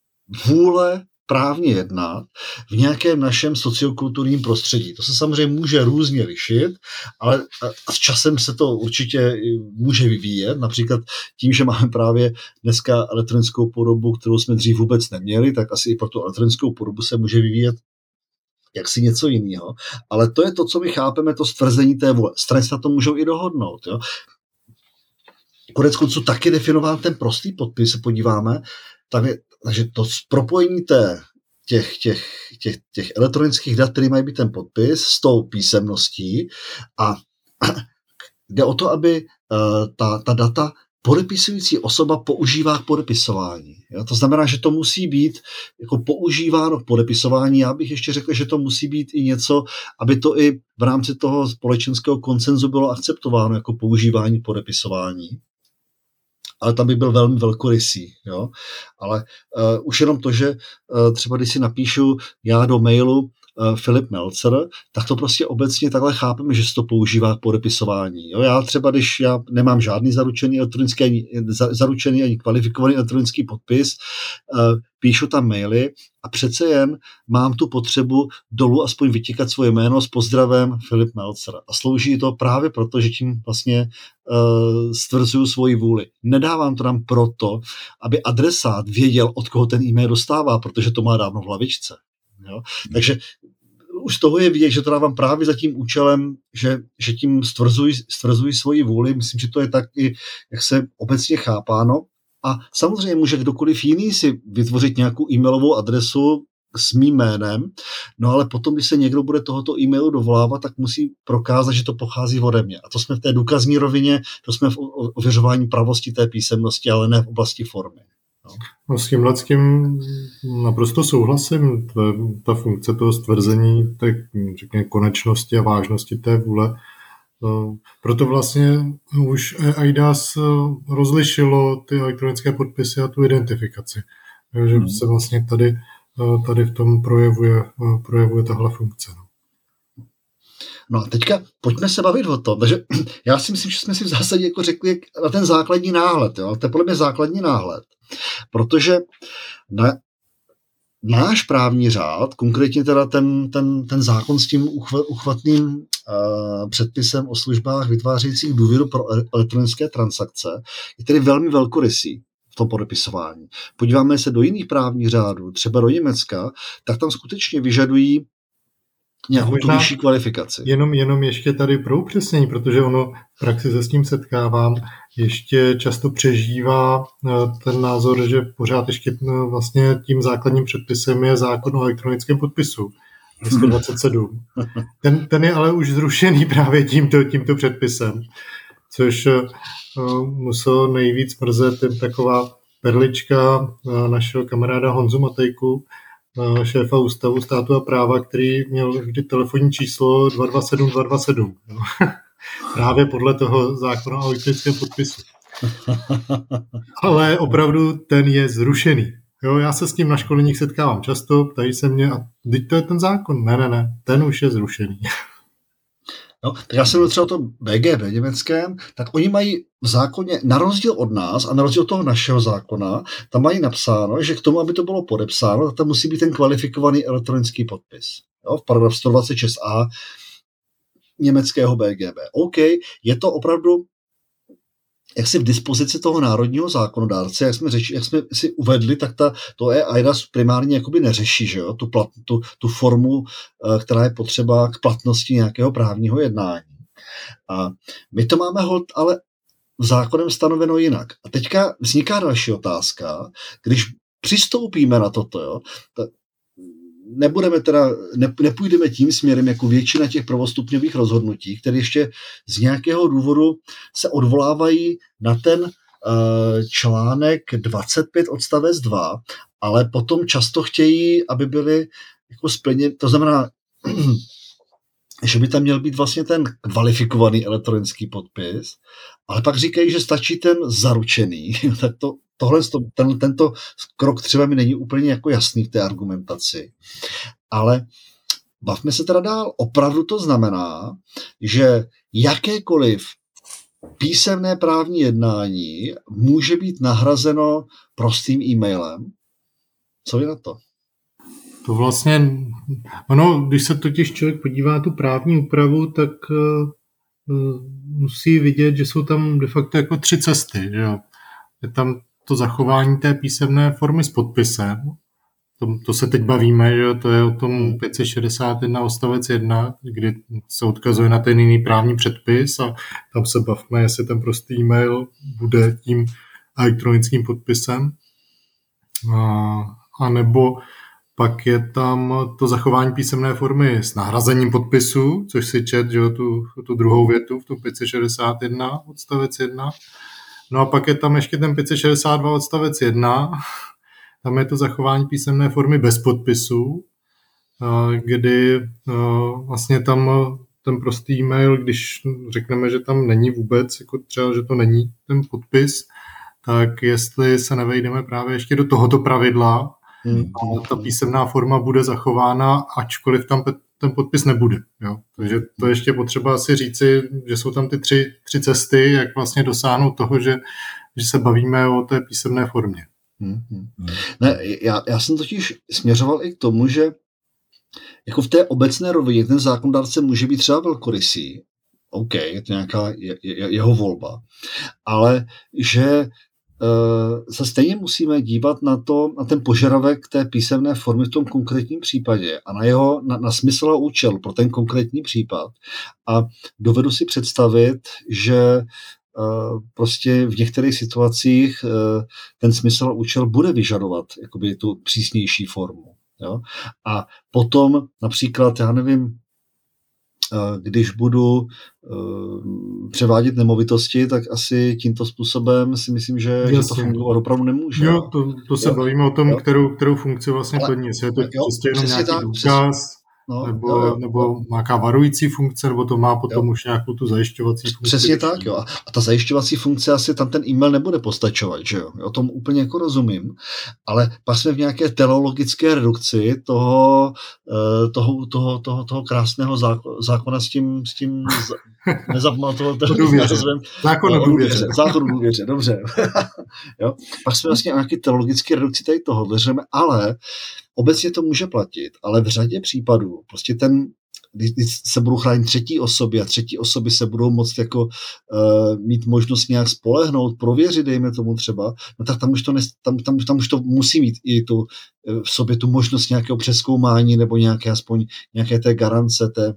vůle právně jednat v nějakém našem sociokulturním prostředí. To se samozřejmě může různě lišit, ale s časem se to určitě může vyvíjet. Například tím, že máme právě dneska elektronickou podobu, kterou jsme dřív vůbec neměli, tak asi i pro tu elektronickou podobu se může vyvíjet jaksi něco jiného. Ale to je to, co my chápeme, to stvrzení té vůle. Strany se na to můžou i dohodnout. Jo? Konec konců taky definován ten prostý podpis, se podíváme, tak je, takže to propojení té, těch, těch, těch, těch elektronických dat, které mají být ten podpis, s tou písemností a, a jde o to, aby uh, ta, ta data podepisující osoba používá k podepisování. Jo? To znamená, že to musí být jako používáno k podepisování. Já bych ještě řekl, že to musí být i něco, aby to i v rámci toho společenského konsenzu bylo akceptováno jako používání k podepisování. Ale tam by byl velmi velkorysý. Jo? Ale uh, už jenom to, že uh, třeba když si napíšu já do mailu uh, Filip Melzer, tak to prostě obecně takhle chápeme, že se to používá k podepisování. Jo? Já třeba, když já nemám žádný zaručený elektronický, ani, zaručený ani kvalifikovaný elektronický podpis, uh, píšu tam maily a přece jen mám tu potřebu dolů aspoň vytíkat svoje jméno s pozdravem Filip Melzer. A slouží to právě proto, že tím vlastně uh, stvrzuju svoji vůli. Nedávám to tam proto, aby adresát věděl, od koho ten e-mail dostává, protože to má dávno v hlavičce. Jo? Takže už z toho je vidět, že to dávám právě za tím účelem, že, že tím stvrzuji, stvrzuji svoji vůli. Myslím, že to je tak i, jak se obecně chápáno. A samozřejmě může kdokoliv jiný si vytvořit nějakou e-mailovou adresu s mým jménem, no ale potom, když se někdo bude tohoto e-mailu dovolávat, tak musí prokázat, že to pochází ode mě. A to jsme v té důkazní rovině, to jsme v ověřování pravosti té písemnosti, ale ne v oblasti formy. No. No, s tímhle s tím naprosto souhlasím. Ta, ta funkce toho stvrzení, tak řekněme, konečnosti a vážnosti té vůle. Proto vlastně už E I D A S rozlišilo ty elektronické podpisy a tu identifikaci. Takže hmm. se vlastně tady, tady v tom projevuje, projevuje tahle funkce. No a teďka pojďme se bavit o tom. Takže já si myslím, že jsme si v zásadě jako řekli na ten základní náhled. Jo? To je podle mě základní náhled. Protože na náš právní řád, konkrétně teda ten, ten, ten zákon s tím uchvatným uh, předpisem o službách vytvářejících důvěru pro elektronické transakce, je tedy velmi velkorysý v tom podepisování. Podíváme se do jiných právních řádů, třeba do Německa, tak tam skutečně vyžadují nějakou tu vyšší kvalifikaci. Jenom, jenom ještě tady pro upřesnění, protože ono v praxi se s tím setkávám, ještě často přežívá ten názor, že pořád ještě vlastně tím základním předpisem je zákon o elektronickém podpisu. sto dvacet sedm. Ten, ten je ale už zrušený právě tímto, tímto předpisem, což uh, muselo nejvíc mrzet jen taková perlička uh, našeho kamaráda Honzu Matejku, šéfa Ústavu státu a práva, který měl vždy telefonní číslo dva dva sedm dva dva sedm. No. Právě podle toho zákona o elektronickém podpisu. Ale opravdu ten je zrušený. Jo, já se s tím na školeních setkávám často, ptají se mě, a teď to je ten zákon. Ne, ne, ne, ten už je zrušený. No, tak já jsem třeba o tom B G B německém, tak oni mají v zákoně, na rozdíl od nás a na rozdíl od toho našeho zákona, tam mají napsáno, že k tomu, aby to bylo podepsáno, tak tam musí být ten kvalifikovaný elektronický podpis. Jo, v paragraf sto dvacet šest a německého B G B. OK, je to opravdu jak si v dispozici toho národního zákonodárce, jak jsme, řeči, jak jsme si uvedli, tak ta, to E I D A S primárně jakoby neřeší, že jo? Tu, plat, tu, tu formu, která je potřeba k platnosti nějakého právního jednání. A my to máme holt, ale v zákonem stanoveno jinak. A teďka vzniká další otázka, když přistoupíme na toto, jo, tak nebudeme teda, ne, nepůjdeme tím směrem jako většina těch prvostupňových rozhodnutí, které ještě z nějakého důvodu se odvolávají na ten uh, článek dvacet pět odstavec dva, ale potom často chtějí, aby byly jako splněny, to znamená, že by tam měl být vlastně ten kvalifikovaný elektronický podpis, ale pak říkají, že stačí ten zaručený, tak to Tohle, ten, tento krok třeba mi není úplně jako jasný v té argumentaci. Ale bavme se teda dál. Opravdu to znamená, že jakékoliv písemné právní jednání může být nahrazeno prostým e-mailem. Co vy na to? To vlastně, ono, když se totiž člověk podívá na tu právní úpravu, tak uh, musí vidět, že jsou tam de facto jako tři cesty. Že jo? Je tam to zachování té písemné formy s podpisem. To, to se teď bavíme, že to je o tom pět set šedesát jedna odstavec jedna, kdy se odkazuje na ten jiný právní předpis a tam se bavíme, jestli ten prostý e-mail bude tím elektronickým podpisem. A, a nebo pak je tam to zachování písemné formy s nahrazením podpisu, což si čet, že tu, tu druhou větu v tom pět set šedesát jedna odstavec jedna. No a pak je tam ještě ten pět set šedesát dva odstavec jedna, tam je to zachování písemné formy bez podpisu, kdy vlastně tam ten prostý e-mail, když řekneme, že tam není vůbec, jako třeba, že to není ten podpis, tak jestli se nevejdeme právě ještě do tohoto pravidla, hmm. ta písemná forma bude zachována, ačkoliv tam ten podpis nebude. Jo. Takže to ještě potřeba si říci, že jsou tam ty tři, tři cesty, jak vlastně dosáhnout toho, že, že se bavíme o té písemné formě. Hmm. Hmm. Ne, já, já jsem totiž směřoval i k tomu, že jako v té obecné rovině ten zákonodárce může být třeba velkorysý, OK, je to nějaká je, je, jeho volba, ale že se stejně musíme dívat na to, na ten požadavek té písemné formy v tom konkrétním případě a na jeho, na, na smysl a účel pro ten konkrétní případ. A dovedu si představit, že uh, prostě v některých situacích uh, ten smysl a účel bude vyžadovat jakoby tu přísnější formu. Jo? A potom například, já nevím, když budu převádět nemovitosti, tak asi tímto způsobem si myslím, že, že to fungovat opravdu nemůže. Jo, to, to se jo? bavíme o tom, kterou, kterou funkci vlastně Ale, plní. Jestli je to jo, čistě jenom nějaký tak, důkaz, no, nebo, jo, jo, nebo jo. nějaká varující funkce, nebo to má potom jo. už nějakou tu zajišťovací funkci. Přesně tak, jo. A ta zajišťovací funkce asi tam ten e-mail nebude postačovat, že jo. O tom úplně jako rozumím. Ale pak jsme v nějaké teleologické redukci toho, toho, toho, toho, toho krásného zákona s tím, s tím nezapamatovatelným názvem. Zákon o důvěře. Zákon o důvěře, dobře. Jo. Pak jsme vlastně v nějaké teologické redukci tady toho věříme, ale obecně to může platit, ale v řadě případů prostě ten když se budou chránit třetí osoby a třetí osoby se budou moct jako uh, mít možnost nějak spolehnout, prověřit, dejme tomu třeba, no tak tam už to, ne, tam, tam, tam už to musí mít i tu, v sobě tu možnost nějakého přezkoumání nebo nějaké aspoň nějaké té garance, té,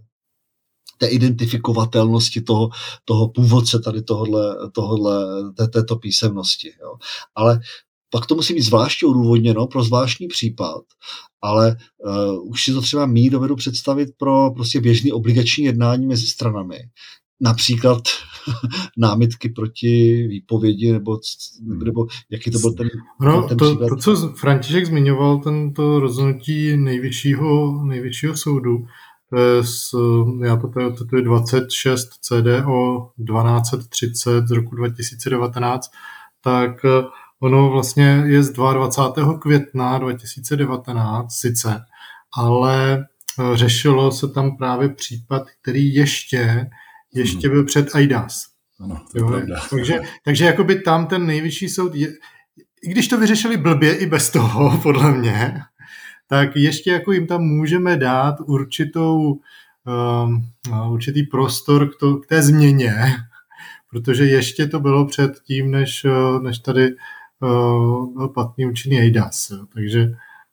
té identifikovatelnosti toho, toho původce tady tohodle, tohodle, té, této písemnosti. Jo. Ale pak to musí být zvláště odůvodněno pro zvláštní případ, ale uh, už si to třeba mý dovedu představit pro prostě běžný obligační jednání mezi stranami. Například námitky proti výpovědi, nebo, nebo jaký to byl ten, no, ten to, případ. To, co František zmiňoval, tento rozhodnutí nejvyššího, nejvyššího soudu, to je, z, já to, to, to je dvacet šest C D O dvanáct třicet z roku dva tisíce devatenáct, tak ono vlastně je z dvacátého druhého května dva tisíce devatenáct sice, ale řešilo se tam právě případ, který ještě, ještě byl před Aidas. Ano, to je pravda. Takže, takže jakoby tam ten nejvyšší soud, je, i když to vyřešili blbě i bez toho, podle mě, tak ještě jako jim tam můžeme dát určitou, um, určitý prostor k, to, k té změně, protože ještě to bylo před tím, než, než tady byl platný účinný Aidas. Takže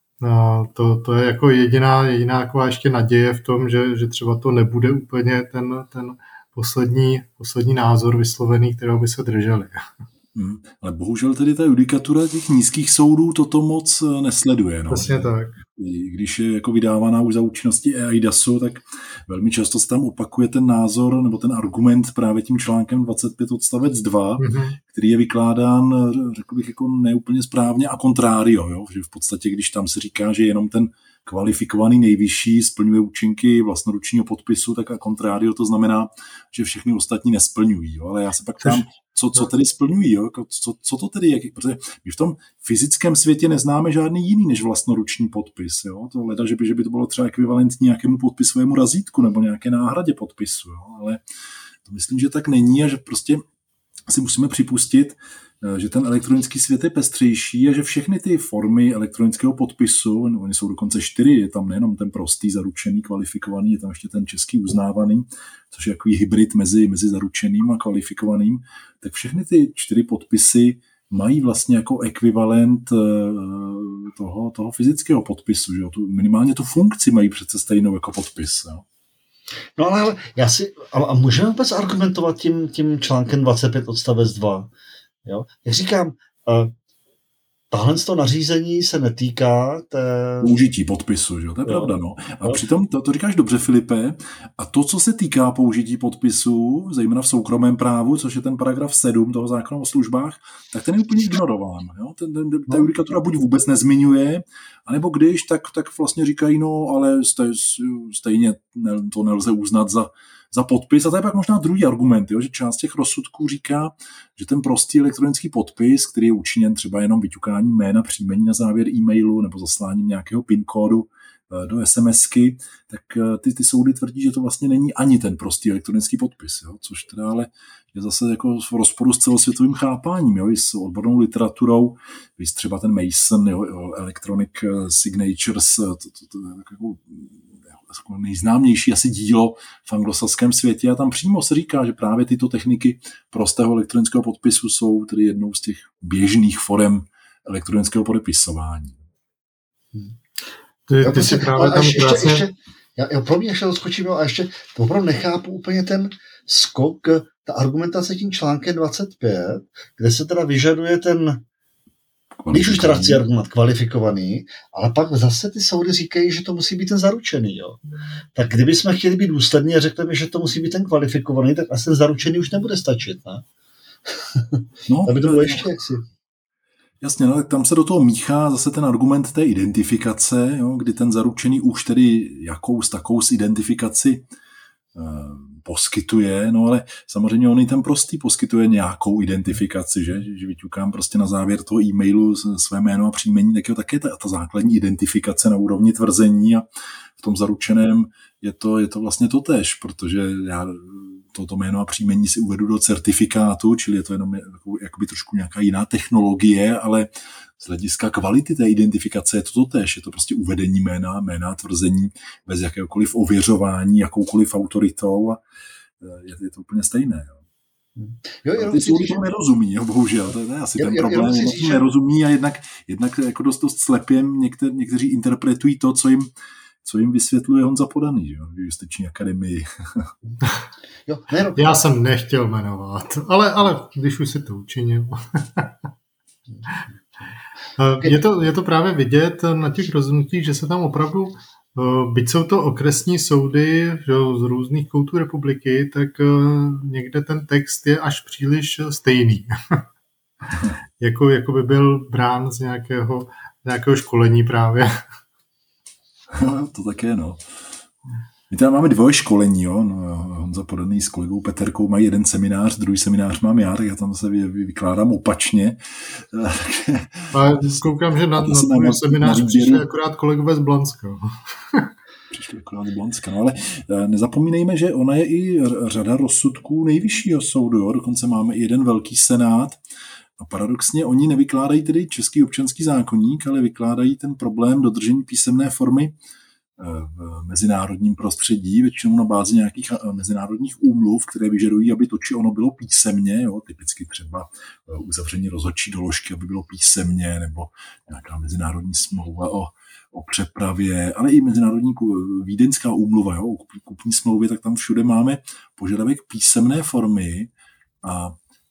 to, to je jako jediná, jediná jako ještě naděje v tom, že, že třeba to nebude úplně ten, ten poslední, poslední názor vyslovený, kterého by se drželi. Hmm, ale bohužel tedy ta judikatura těch nízkých soudů toto moc nesleduje. No. Přesně tak. I když je jako vydávaná už za účinnosti Aidasu, tak velmi často se tam opakuje ten názor nebo ten argument právě tím článkem dvacet pět odstavec dva, mm-hmm. který je vykládán, řekl bych, jako neúplně správně a contrario, jo? Že v podstatě, když tam se říká, že jenom ten kvalifikovaný nejvyšší splňuje účinky vlastnoručního podpisu, tak a contrario to znamená, že všechny ostatní nesplňují. Jo? Ale já se pak ptám, co, co tedy splňují, jo? Co, co to tedy je? Protože my v tom fyzickém světě neznáme žádný jiný než vlastnoruční podpis. Jo? To leda, že by, že by to bylo třeba ekvivalentní nějakému podpisovému razítku nebo nějaké náhradě podpisu. Jo? Ale to myslím, že tak není a že prostě si musíme připustit, že ten elektronický svět je pestřejší a že všechny ty formy elektronického podpisu, no, oni jsou dokonce čtyři, je tam nejenom ten prostý, zaručený, kvalifikovaný, je tam ještě ten český uznávaný, což je takový hybrid mezi, mezi zaručeným a kvalifikovaným, tak všechny ty čtyři podpisy mají vlastně jako ekvivalent toho, toho fyzického podpisu, že jo? Tu, minimálně tu funkci mají přece stejnou jako podpis. Jo? No ale, ale já si, a, a můžeme vůbec argumentovat tím, tím článkem dvacet pět odstavec dva. Jo? Jak říkám, uh, tahle z toho nařízení se netýká té... použití podpisu, že? To je jo. pravda. No. A jo. přitom, to, to říkáš dobře, Filipe, a to, co se týká použití podpisu, zejména v soukromém právu, což je ten paragraf sedm toho zákona o službách, tak ten je úplně ignorován. Jo? Ten, ten, ta judikatura buď vůbec nezmiňuje, anebo když, tak, tak vlastně říkají, no, ale stej, stejně to nelze uznat za za podpis. A to je pak možná druhý argument, jo, že část těch rozsudků říká, že ten prostý elektronický podpis, který je učiněn třeba jenom vyťukáním jména, příjmení na závěr e-mailu nebo zasláním nějakého PIN kódu do SMSky, tak ty, ty soudy tvrdí, že to vlastně není ani ten prostý elektronický podpis, jo, což teda ale je zase jako v rozporu s celosvětovým chápáním, jo, i s odbornou literaturou, víš třeba ten Mason, jo, Electronic Signatures, to, to, to, to jako nejznámější asi dílo v anglosaském světě a tam přímo se říká, že právě tyto techniky prostého elektronického podpisu jsou tedy jednou z těch běžných forem elektronického podepisování. Hmm. Ty, ty si právě tam ještě, krásně... ještě, já, já pro mě ještě odskočím, a ještě to opravdu nechápu úplně ten skok, ta argumentace tím článkem dvacet pět, kde se teda vyžaduje ten Když už teda chci argument kvalifikovaný, ale pak zase ty soudy říkají, že to musí být ten zaručený. Jo. Tak kdybychom chtěli být důslední a řekli, že to musí být ten kvalifikovaný, tak asi ten zaručený už nebude stačit. Ne? No, aby to bylo ještě jaksi. Jasně, no, tak tam se do toho míchá zase ten argument té identifikace, jo, kdy ten zaručený už tedy jakous takovou identifikaci eh, poskytuje, no ale samozřejmě on i ten prostý poskytuje nějakou identifikaci, že, že vyťukám prostě na závěr toho e-mailu své jméno a příjmení, tak je také ta, ta základní identifikace na úrovni tvrzení a v tom zaručeném je to, je to vlastně to též, protože já toto jméno a příjmení si uvedu do certifikátu, čili je to jenom jakoby trošku nějaká jiná technologie, ale z hlediska kvality té identifikace je to to též. Je to prostě uvedení jména, jména, tvrzení bez jakéhokoliv ověřování, jakoukoliv autoritou a je, je to úplně stejné. Jo. Jo, jo, ty soudy tomu nerozumí, jo, bohužel. To je, to je asi jo, ten jo, problém. Jednak tomu nerozumí a jednak, jednak jako dost, dost slepěm někter, někteří interpretují to, co jim co jim vysvětluje Honza Podaný, že jo, v Justiční akademii. Jo, ne, já jsem nechtěl jmenovat, ale, ale když už si to učinil. je, to, je to právě vidět na těch rozhodnutích, že se tam opravdu, byť jsou to okresní soudy že, z různých koutů republiky, tak někde ten text je až příliš stejný. jako, jako by byl brán z nějakého, nějakého školení právě. To také, no. My tam máme dvoje školení, jo. No, Honza Podaný s kolegou Peterkou mají jeden seminář, druhý seminář mám já, tak já tam se vykládám opačně. A koukám, že na, na tvůj seminář na přišli akorát kolegové z Blanska. Přišli akorát z Blanska, no ale nezapomínejme, že ona je i řada rozsudků nejvyššího soudu, jo. Dokonce máme i jeden velký senát. A paradoxně oni nevykládají tedy český občanský zákoník, ale vykládají ten problém dodržení písemné formy v mezinárodním prostředí, většinou na bázi nějakých mezinárodních úmluv, které vyžadují, aby to či ono bylo písemně, jo, typicky třeba uzavření rozhodčí doložky, aby bylo písemně, nebo nějaká mezinárodní smlouva o, o přepravě, ale i mezinárodní vídeňská úmluva, jo, o kupní smlouvě, tak tam všude máme požadavek písemné formy a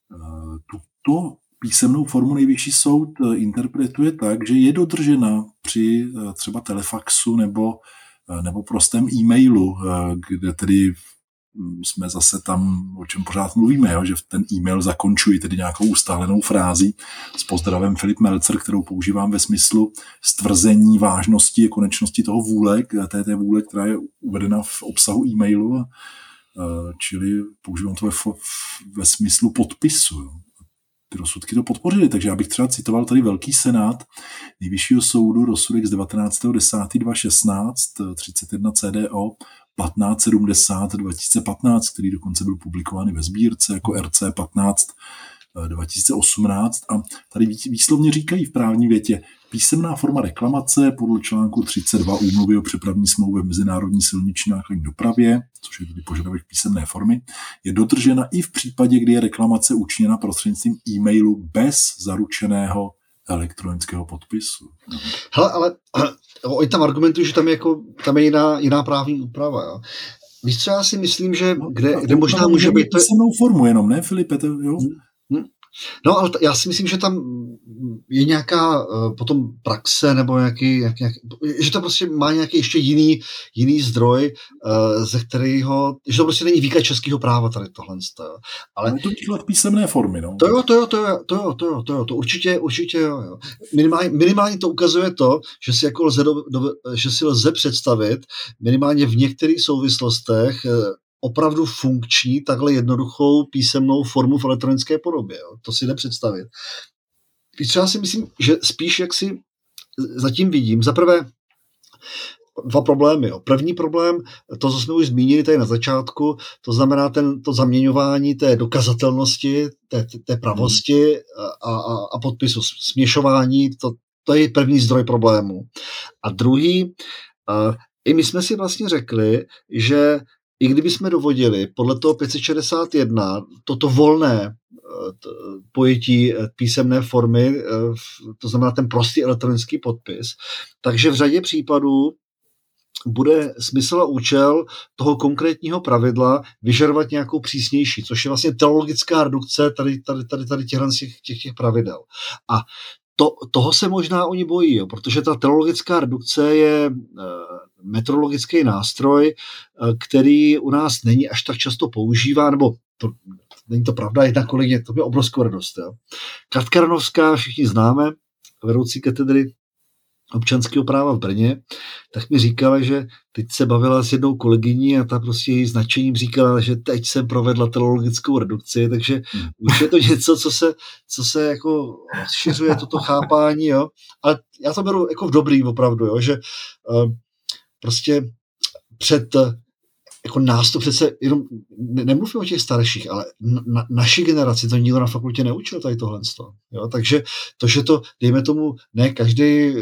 tuto písemnou formu nejvyšší soud interpretuje tak, že je dodržena při třeba telefaxu nebo, nebo prostém e-mailu, kde tedy jsme zase tam, o čem pořád mluvíme, jo, že ten e-mail zakončují tedy nějakou ustálenou frází s pozdravem Filip Melcer, kterou používám ve smyslu stvrzení vážnosti a konečnosti toho vůle, té, té vůle, která je uvedena v obsahu e-mailu, čili používám to ve, ve smyslu podpisu. Jo. Ty rozsudky to podpořily, takže já bych třeba citoval tady Velký senát Nejvyššího soudu, rozsudek z devatenáctého desátého dvacet šestnáct, třicet jedna C D O, patnáct sedmdesát dva tisíce patnáct, který dokonce byl publikovaný ve sbírce jako R C patnáct dva tisíce osmnáct a tady výslovně říkají v právní větě písemná forma reklamace podle článku třicet dva úmluvy o přepravní smlouvě v mezinárodní silniční nákladní dopravě, což je tedy požadavek písemné formy, je dodržena i v případě, kdy je reklamace učiněna prostřednictvím e-mailu bez zaručeného elektronického podpisu. Hele, ale oni tam argumentují, že tam je, jako, tam je jiná, jiná právní úprava. Jo? Víš, co já si myslím, že kde, kde možná může být... Písemnou formu jenom, ne, Filipe? To, jo? Hmm. No, ale t- já si myslím, že tam je nějaká uh, potom praxe, nebo nějaký, jak, nějak, že to prostě má nějaký ještě jiný, jiný zdroj, uh, ze kterého, že to prostě není výklad českého práva tady tohle. Ale no to výklad písemné formy, no. To jo, to jo, to jo, to jo, to jo, to jo, to určitě, určitě jo. jo. Minimálně, minimálně to ukazuje to, že si, jako lze, do, do, že si lze představit minimálně v některých souvislostech opravdu funkční, takhle jednoduchou písemnou formu v elektronické podobě. Jo. To si jde představit. Víš, co já si myslím, že spíš jak si zatím vidím. Za prvé dva problémy. Jo. První problém, to, co jsme už zmínili tady na začátku, to znamená ten, to zaměňování té dokazatelnosti, té, té pravosti a, a, a podpisu, směšování, to, to je první zdroj problému. A druhý, uh, i my jsme si vlastně řekli, že i kdyby jsme dovodili podle toho pět set šedesát jedna toto volné pojetí písemné formy, to znamená ten prostý elektronický podpis, takže v řadě případů bude smysl a účel toho konkrétního pravidla vyžadovat nějakou přísnější, což je vlastně teologická redukce tady, tady, tady, tady těch, těch, těch pravidel. A to, toho se možná oni bojí, jo, protože ta teleologická redukce je uh, metrologický nástroj, uh, který u nás není až tak často používá, nebo to, není to pravda, jedna kolegyně, to je obrovskou radost. Jo. Katka Ranovská, všichni známe, vedoucí katedry občanského práva v Brně, tak mi říkala, že teď se bavila s jednou kolegyní a ta prostě její značením říkala, že teď jsem provedla teleologickou redukci, takže hmm. už je to něco, co se, co se jako rozšiřuje toto chápání, jo. Ale já to beru jako v dobrý opravdu, jo, že uh, prostě před jako nás to přece jenom, ne, nemluvím o těch starších, ale na, naší generaci to nikdo na fakultě neučil tady tohle. Jo? Takže to, že to, dejme tomu, ne každý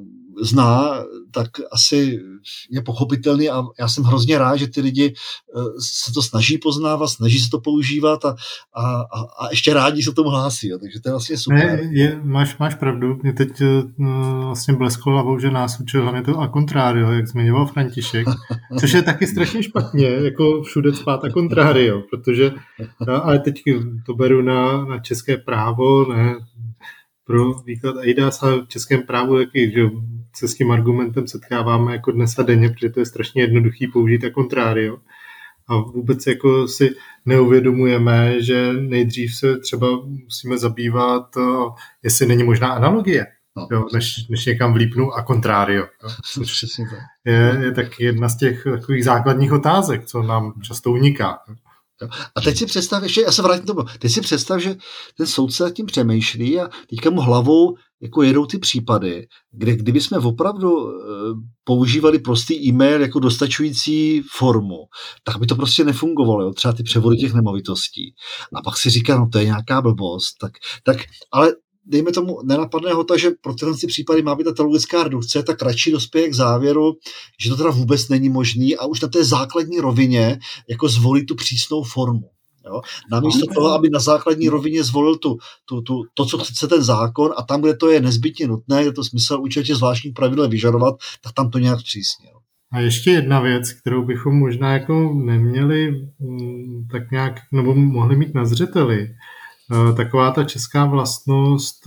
zná, tak asi je pochopitelný a já jsem hrozně rád, že ty lidi se to snaží poznávat, snaží se to používat a, a, a ještě rádi se tomu hlásí. Jo? Takže to je vlastně super. Ne, je, máš, máš pravdu. Mě teď no, vlastně blesklo hlavou, že nás učil hlavně to a contrario, jak zmiňoval František, což je taky strašně špatně, jako všude cpát a contrario, protože, ale teď to beru na, na české právo, ne, pro výklad Eidas a v českém právu taky, že se s tím argumentem setkáváme jako dnes a denně, protože to je strašně jednoduchý použít a contrario. A vůbec jako si neuvědomujeme, že nejdřív se třeba musíme zabývat, jestli není možná analogie, no, jo, než, než někam vlípnu a contrario. Jo. Což je, je taky jedna z těch takových základních otázek, co nám často uniká. A teď si představ, ještě, já se vrátím tomu, teď si představ, že ten soudce nad tím přemýšlí a teďka mu hlavou jako jedou ty případy, kde kdyby jsme opravdu e, používali prostý e-mail jako dostačující formu, tak by to prostě nefungovalo, jo? Třeba ty převody těch nemovitostí. A pak si říká, no to je nějaká blbost, tak, tak ale dejme tomu, nenapadne ho to, že pro tyhle případy má být ta teleologická redukce, tak radši dospěje k závěru, že to teda vůbec není možný a už na té základní rovině jako zvolí tu přísnou formu. Jo? Namísto toho, aby na základní rovině zvolil tu, tu, tu, to, co chce ten zákon a tam, kde to je nezbytně nutné, je to smysl určitě zvláštních pravidel vyžadovat, tak tam to nějak přísně. A ještě jedna věc, kterou bychom možná jako neměli m, tak nějak, nebo mohli mít na zřeteli, taková ta česká vlastnost,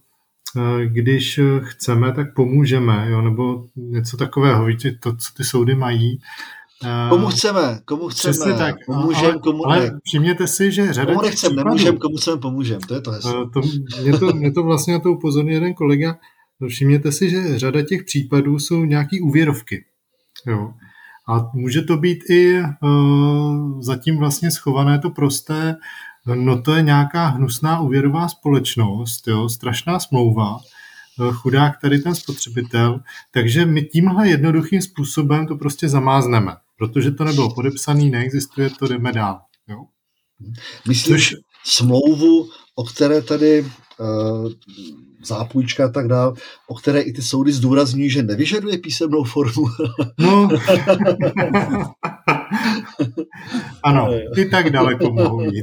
když chceme, tak pomůžeme, jo? Nebo něco takového, víte, to, co ty soudy mají. Komu chceme, komu chceme, přesně tak. pomůžem, ale, komu ale ne. Všimněte si, že řada komu těch nechcem, případů, nemůžem, komu chceme, pomůžem, to je to hezké. To, mě, to, mě to vlastně na to upozornil jeden kolega, no všimněte si, že řada těch případů jsou nějaký úvěrovky, jo. A může to být i uh, zatím vlastně schované to prosté, no to je nějaká hnusná úvěrová společnost, jo, strašná smlouva, chudák tady ten spotřebitel, takže my tímhle jednoduchým způsobem to prostě zamázneme, protože to nebylo podepsaný, neexistuje to, jdeme dál. Jo. Myslíš Což... smlouvu, o které tady uh, zápůjčka a tak dál, o které i ty soudy zdůrazňují, že nevyžaduje písemnou formu. No. Ano, i tak daleko mohou jít.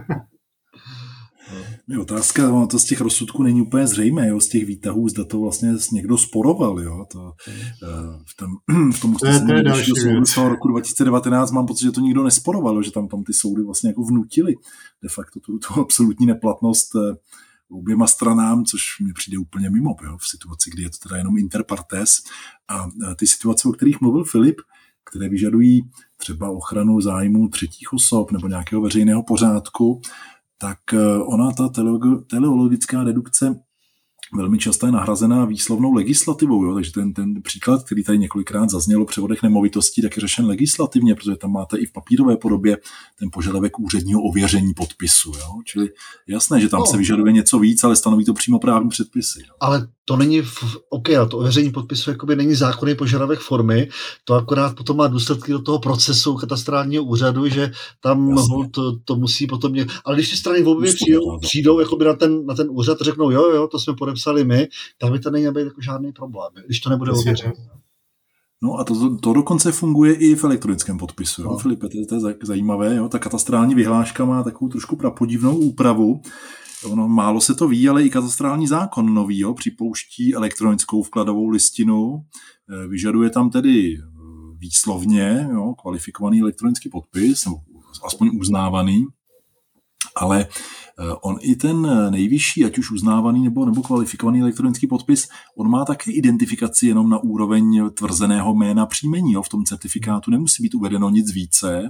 Je otázka, to z těch rozsudků není úplně zřejmé, jo, z těch výtahů, zda to vlastně někdo sporoval, jo, to v tom, v tom usnesení dalšího soudu z toho roku dva tisíce devatenáct mám pocit, že to nikdo nesporoval, že tam, tam ty soudy vlastně jako vnutili de facto tu, tu absolutní neplatnost oběma stranám, což mi přijde úplně mimo, jo, v situaci, kdy je to teda jenom inter partes a ty situace, o kterých mluvil Filip, které vyžadují třeba ochranu zájmu třetích osob nebo nějakého veřejného pořádku, tak ona, ta teleologická redukce, velmi často je nahrazená výslovnou legislativou. Jo? Takže ten, ten příklad, který tady několikrát zazněl o převodech nemovitostí, tak je řešen legislativně, protože tam máte i v papírové podobě ten požadavek úředního ověření podpisu. Jo? Čili jasné, že tam no. se vyžaduje něco víc, ale stanoví to přímo právní předpisy. Jo? Ale to není, v, OK, to ověření podpisu jakoby není zákonný požadavek formy, to akorát potom má důsledky do toho procesu katastrálního úřadu, že tam to, to musí potom mě, ale když ty strany v obě přijdou, přijdou jakoby na ten, na ten úřad a řeknou, jo, jo, to jsme podepsali my, tam by to není být jako žádný problém, když to nebude ověřeno. No a to, to dokonce funguje i v elektronickém podpisu. Jo? No. Filipe, to je, to je zajímavé, jo? Ta katastrální vyhláška má takovou trošku prapodivnou úpravu. Ono, málo se to ví, ale i katastrální zákon nový, jo? Připouští elektronickou vkladovou listinu, vyžaduje tam tedy výslovně, jo? Kvalifikovaný elektronický podpis, aspoň uznávaný. Ale on i ten nejvyšší, ať už uznávaný nebo, nebo kvalifikovaný elektronický podpis, on má také identifikaci jenom na úroveň tvrzeného jména příjmení. Jo. V tom certifikátu nemusí být uvedeno nic více.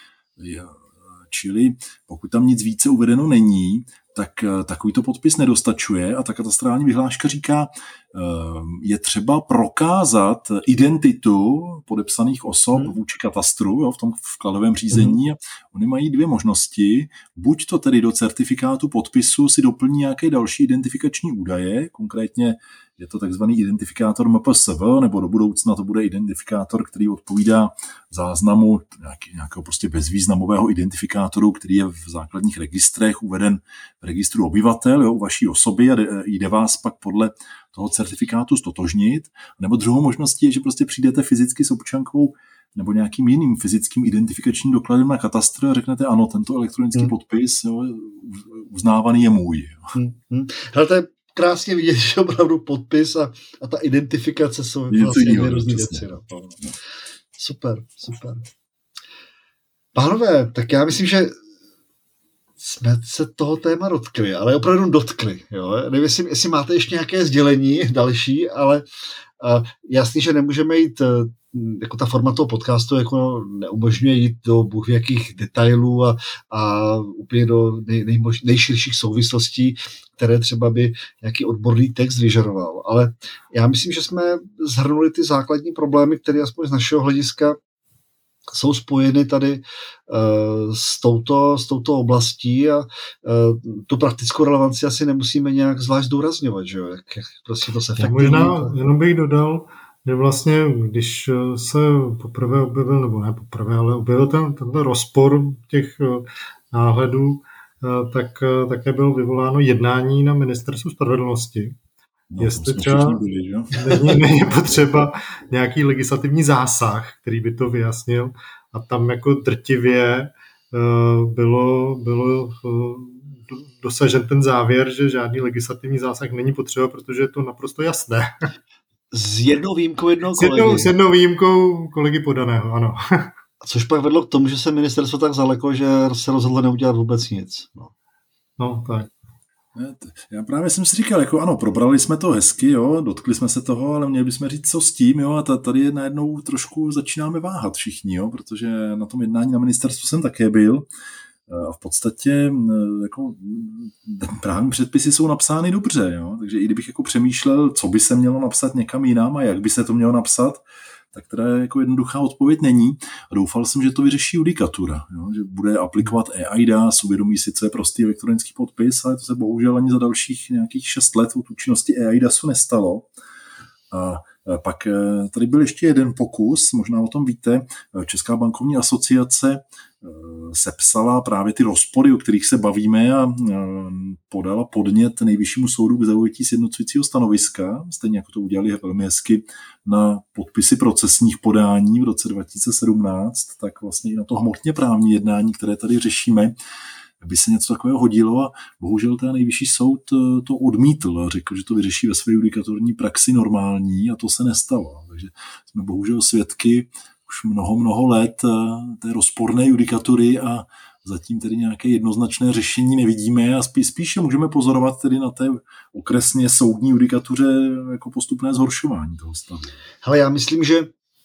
Čili pokud tam nic více uvedeno není, tak takovýto podpis nedostačuje a ta katastrální vyhláška říká, je třeba prokázat identitu podepsaných osob vůči katastru, jo, v tom vkladovém řízení. A oni mají dvě možnosti. Buď to tedy do certifikátu podpisu si doplní nějaké další identifikační údaje, konkrétně je to takzvaný identifikátor M P S V, nebo do budoucna to bude identifikátor, který odpovídá záznamu nějaký, nějakého prostě bezvýznamového identifikátoru, který je v základních registrech uveden v registru obyvatel, jo, u vaší osoby a jde vás pak podle toho certifikátu stotožnit. Nebo druhou možností je, že prostě přijdete fyzicky s občankou nebo nějakým jiným fyzickým identifikačním dokladem na katastr a řeknete, ano, tento elektronický hmm. podpis jo, uznávaný je můj. Hmm. Hmm. Hele, to je krásně vidět, že opravdu podpis a, a ta identifikace jsou vlastně dvě různé věci. No. Super, super. Pánové, tak já myslím, že jsme se toho téma dotkli, ale opravdu dotkli. Jo? Nevím, jestli, jestli máte ještě nějaké sdělení další, ale uh, jasný, že nemůžeme jít, uh, jako ta forma toho podcastu jako neumožňuje jít do bůh jakých detailů a, a úplně do nej, nejmož, nejširších souvislostí, které třeba by nějaký odborný text vyžadoval. Ale já myslím, že jsme shrnuli ty základní problémy, které aspoň z našeho hlediska jsou spojeny tady uh, s, touto, s touto oblastí a uh, tu praktickou relevanci asi nemusíme nějak zvlášť zdůrazňovat, že jo, jak, jak prostě to se efektivní. Možná jenom bych dodal, že vlastně, když se poprvé objevil, nebo ne poprvé, ale objevil ten, tenhle rozpor těch náhledů, tak také bylo vyvoláno jednání na Ministerstvu spravedlnosti. No, jestli třeba byli, není, není potřeba nějaký legislativní zásah, který by to vyjasnil, a tam jako drtivě uh, bylo, bylo uh, dosažen ten závěr, že žádný legislativní zásah není potřeba, protože je to naprosto jasné. S jednou výjimkou jednoho kolegy. S jednou, s jednou výjimkou kolegy Podaného, ano. Což pak vedlo k tomu, že se ministerstvo tak zaleklo, že se rozhodlo neudělat vůbec nic. No, no tak. Já právě jsem si říkal, jako ano, probrali jsme to hezky, jo, dotkli jsme se toho, ale měli bychom říct, co s tím, jo, a tady je najednou trošku začínáme váhat všichni, jo, protože na tom jednání na ministerstvu jsem také byl a v podstatě jako právní předpisy jsou napsány dobře, jo, takže i kdybych jako přemýšlel, co by se mělo napsat někam jinam a jak by se to mělo napsat, tak teda jako jednoduchá odpověď není. A doufal jsem, že to vyřeší judikatura, jo? Že bude aplikovat eIDAS, uvědomí si, co je prostý elektronický podpis, ale to se bohužel ani za dalších nějakých šest let od účinnosti eIDASu nestalo. A pak tady byl ještě jeden pokus, možná o tom víte, Česká bankovní asociace sepsala právě ty rozpory, o kterých se bavíme, a podala podnět Nejvyššímu soudu k zaujetí sjednocujícího stanoviska, stejně jako to udělali velmi hezky na podpisy procesních podání v roce dva tisíce sedmnáct, tak vlastně i na to hmotně právní jednání, které tady řešíme, by se něco takového hodilo, a bohužel ten Nejvyšší soud to odmítl, řekl, že to vyřeší ve své judikatorní praxi normální, a to se nestalo. Takže jsme bohužel svědky už mnoho, mnoho let té rozporné judikatury a zatím tedy nějaké jednoznačné řešení nevidíme a spíš, spíše můžeme pozorovat tedy na té okresně soudní judikatuře jako postupné zhoršování toho stavu. Hele, já myslím, že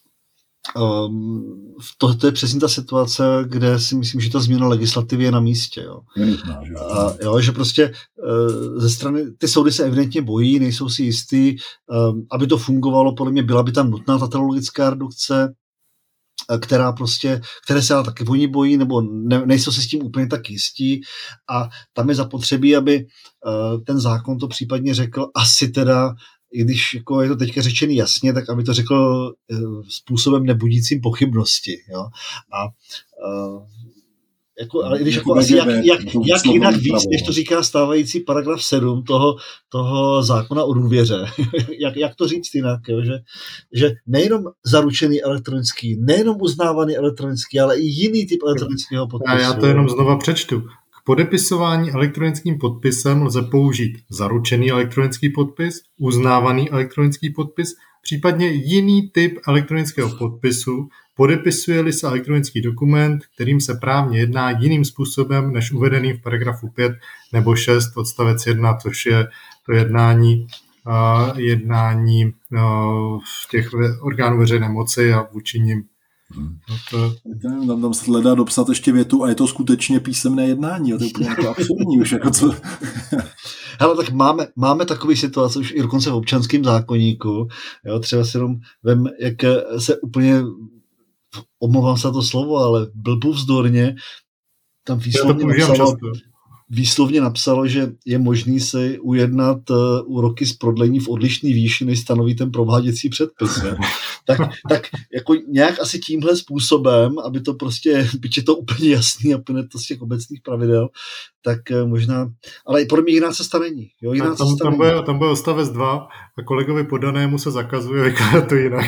um, to, to je přesně ta situace, kde si myslím, že ta změna legislativy je na místě. Jo. Je nutná, že? A, jo, že prostě uh, ze strany, ty soudy se evidentně bojí, nejsou si jistý, um, aby to fungovalo, podle mě byla by tam nutná ta technologická redukce, která prostě, které se ale taky oni bojí, nebo ne, nejsou si s tím úplně tak jistí, a tam je zapotřebí, aby uh, ten zákon to případně řekl asi teda, i když jako je to teďka řečený jasně, tak aby to řekl uh, způsobem nebudícím pochybnosti. Jo? A uh, jako, ale když jako asi jak, jak, jak jinak víc, než to říká stávající paragraf sedm toho, toho zákona o důvěře. jak, jak to říct jinak, jo? Že, že nejenom zaručený elektronický, nejenom uznávaný elektronický, ale i jiný typ elektronického podpisu. A já to jenom znova přečtu. K podepisování elektronickým podpisem lze použít zaručený elektronický podpis, uznávaný elektronický podpis, případně jiný typ elektronického podpisu, podepisuje-li se elektronický dokument, kterým se právně jedná jiným způsobem než uvedený v paragrafu pět nebo šest odstavec jedna, což je to jednání, uh, jednání uh, v těch orgánů veřejné moci a vůči nim. Hmm. No to... tam, tam se hledá dopsat ještě větu a je to skutečně písemné jednání. A to je úplně jako absurdní už. Jako co... Hele, tak máme, máme takový situace už i dokonce v občanském zákoníku. Jo, třeba si jenom vem, jak se úplně, omlouvám se to slovo, ale blbůvzdorně tam výslovně napsalo, výslovně napsalo, že je možný si ujednat uh, úroky z prodlení v odlišný výši, než stanoví ten prováděcí předpis. Ne? tak, tak jako nějak asi tímhle způsobem, aby to prostě, byť je to úplně jasný a plyne to z těch obecných pravidel, tak uh, možná, ale podle mě jiná cesta není. Jo, jiná tam, cesta tam, není. Bude, tam bude odstavec dva a kolegovi podanému se zakazuje vykládat to jinak.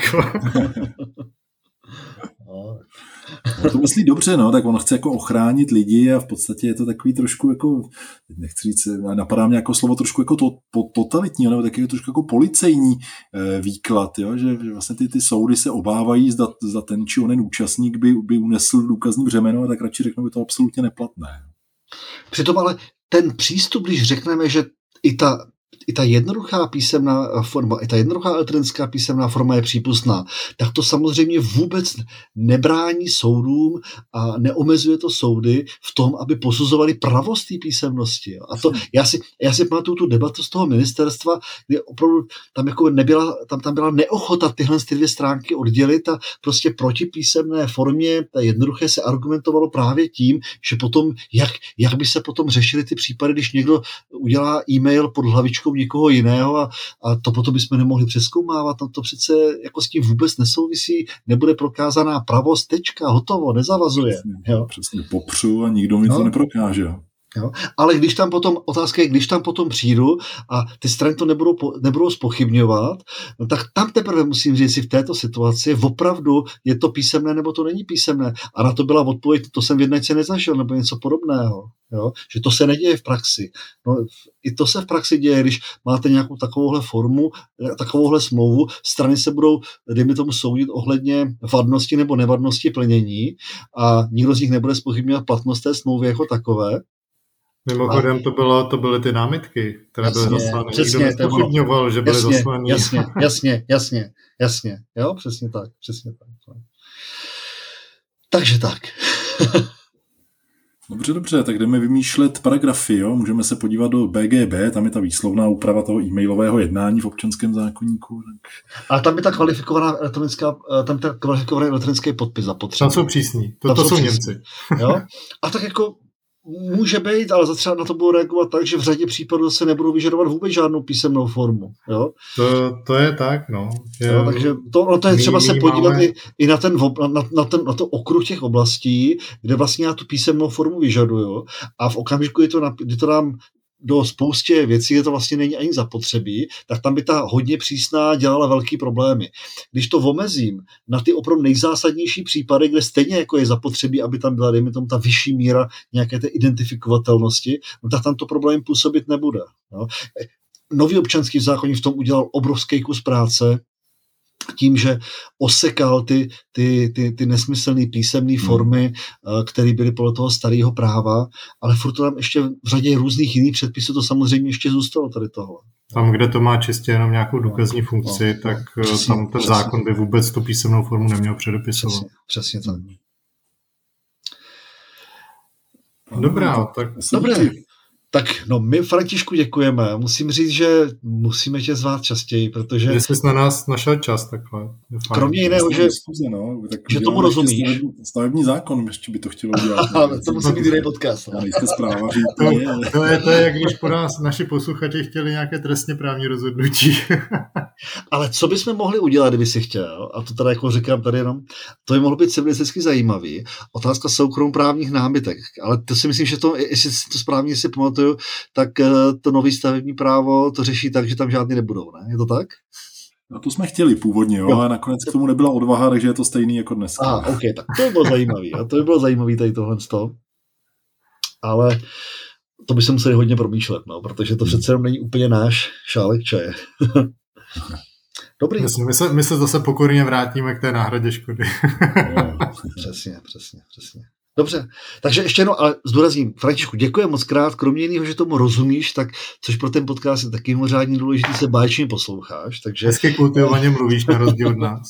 On to myslí dobře, no, tak on chce jako ochránit lidi a v podstatě je to takový trošku jako, nechci říct, napadá mě jako slovo trošku jako to, to, totalitní, nebo taky trošku jako policejní eh, výklad, jo, že, že vlastně ty, ty soudy se obávají, zda, zda ten či onen účastník by, by unesl důkazní břemeno, a tak radši řeknou, že to absolutně neplatné. Přitom ale ten přístup, když řekneme, že i ta i ta jednoduchá písemná forma, i ta jednoduchá elektronická písemná forma je přípustná, tak to samozřejmě vůbec nebrání soudům a neomezuje to soudy v tom, aby posuzovali pravost té písemnosti. A to, já si, já si pamatuju tu debatu z toho ministerstva, kdy opravdu tam, jako nebyla, tam, tam byla neochota tyhle ty dvě stránky oddělit a prostě proti písemné formě, ta jednoduché se argumentovalo právě tím, že potom, jak, jak by se potom řešily ty případy, když někdo udělá e-mail pod hlavičkou někoho jiného a, a to potom bychom nemohli přezkoumávat, no to přece jako s tím vůbec nesouvisí, nebude prokázaná pravost, tečka, hotovo, nezavazuje. Přesně, jo. přesně popřu a nikdo mi no. to neprokáže. Jo. Ale když tam potom, otázka je, když tam potom přijdu a ty strany to nebudou, nebudou zpochybňovat, no tak tam teprve musím říct si v této situaci, opravdu je to písemné nebo to není písemné. A na to byla odpověď, to jsem v jednajce nezažil, nebo něco podobného. Jo? Že to se neděje v praxi. No, i to se v praxi děje, když máte nějakou takovouhle formu, takovouhle smlouvu, strany se budou, dejme tomu, soudit ohledně vadnosti nebo nevadnosti plnění a nikdo z nich nebude zpochybňovat platnost té smlouvy jako takové. Mimochodem to, bylo, to byly ty námitky, které byly zaslané. Nikdo nezpochybňoval, že byly jasně, zaslané. Jasně, jasně, jasně, jasně. Jo, přesně tak, přesně tak. Takže tak. Dobře, dobře, tak jdeme vymýšlet paragrafy, jo? Můžeme se podívat do B G B, tam je ta výslovná úprava toho e-mailového jednání v občanském zákoníku. Tak... A tam je ta kvalifikovaná elektronická, tam ta kvalifikovaný elektronický podpis zapotřebí. Tam jsou přísní, to, to jsou, jsou Němci. Jo? A tak jako může být, ale třeba na to budou reagovat tak, že v řadě případů se nebudou vyžadovat vůbec žádnou písemnou formu. Jo? To, to je tak, no. Je, jo, takže to, no to je my, třeba se podívat máme... i, i na, ten, na, na, ten, na to okruh těch oblastí, kde vlastně já tu písemnou formu vyžaduju a v okamžiku, kdy to, kdy to dám do spoustě věcí, kde to vlastně není ani zapotřebí, tak tam by ta hodně přísná dělala velký problémy. Když to omezím na ty opravdu nejzásadnější případy, kde stejně jako je zapotřebí, aby tam byla, dejme tomu, ta vyšší míra nějaké té identifikovatelnosti, no tak tam to problém působit nebude. No. Nový občanský zákoník v tom udělal obrovský kus práce, tím, že osekal ty, ty, ty, ty nesmyslné písemné formy, hmm. které byly podle toho starého práva, ale furt to tam ještě v řadě různých jiných předpisů to samozřejmě ještě zůstalo tady tohle. Tam, kde to má čistě jenom nějakou důkazní funkci, no, tak přesně, tam ten přesně. zákon by vůbec tu písemnou formu neměl předepisovat. Přesně, přesně tak. Dobrá, tak... Dobré. Tak no, my, Františku, děkujeme. Musím říct, že musíme tě zvát častěji, protože... Jestli jsi na nás našel čas takhle. Kromě jiného, že, zkuze, no, že tomu rozumíš. Stavební, stavební zákon ještě by to chtělo udělat. To musí být jiný podcast. No. Nejste zprávaří. To, to, je, to je, jak když po nás naši posluchači chtěli nějaké trestně právní rozhodnutí. Ale co bychom mohli udělat, kdyby si chtěl, a to tady jako říkám tady jenom, to by mohlo být civilisticky zajímavý. Otázka soukromoprávních námitek. Ale to si myslím, že to, jestli si to správně si pamatuju, tak to nový stavební právo to řeší tak, že tam žádný nebudou, ne? Je to tak? No to jsme chtěli původně, jo, ale nakonec k tomu nebyla odvaha, takže je to stejný jako dneska. Ah, ok, tak to by bylo zajímavý, jo? To by bylo zajímavý tady tohle z toho. Ale to by se museli hodně promýšlet, no, protože to přece jenom není úplně náš šálek čaje. Dobrý. Jasně, my, se, my se zase pokorně vrátíme k té náhradě škody. Přesně, přesně, přesně. Dobře, takže ještě jednou, ale zdůrazním, Františku, děkuji moc krát, kromě jiného, že tomu rozumíš, tak, což pro ten podcast je taky mimořádně důležitý, se báječně posloucháš, takže... Hezky kultivovaně mluvíš na rozdíl od nás.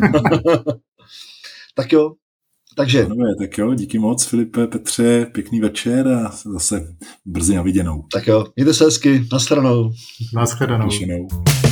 Tak jo, takže... Pánové, tak jo, díky moc, Filipe, Petře, pěkný večer a zase brzy na viděnou. Tak jo, mějte se hezky, na stranou. Naschledanou. Naschledanou.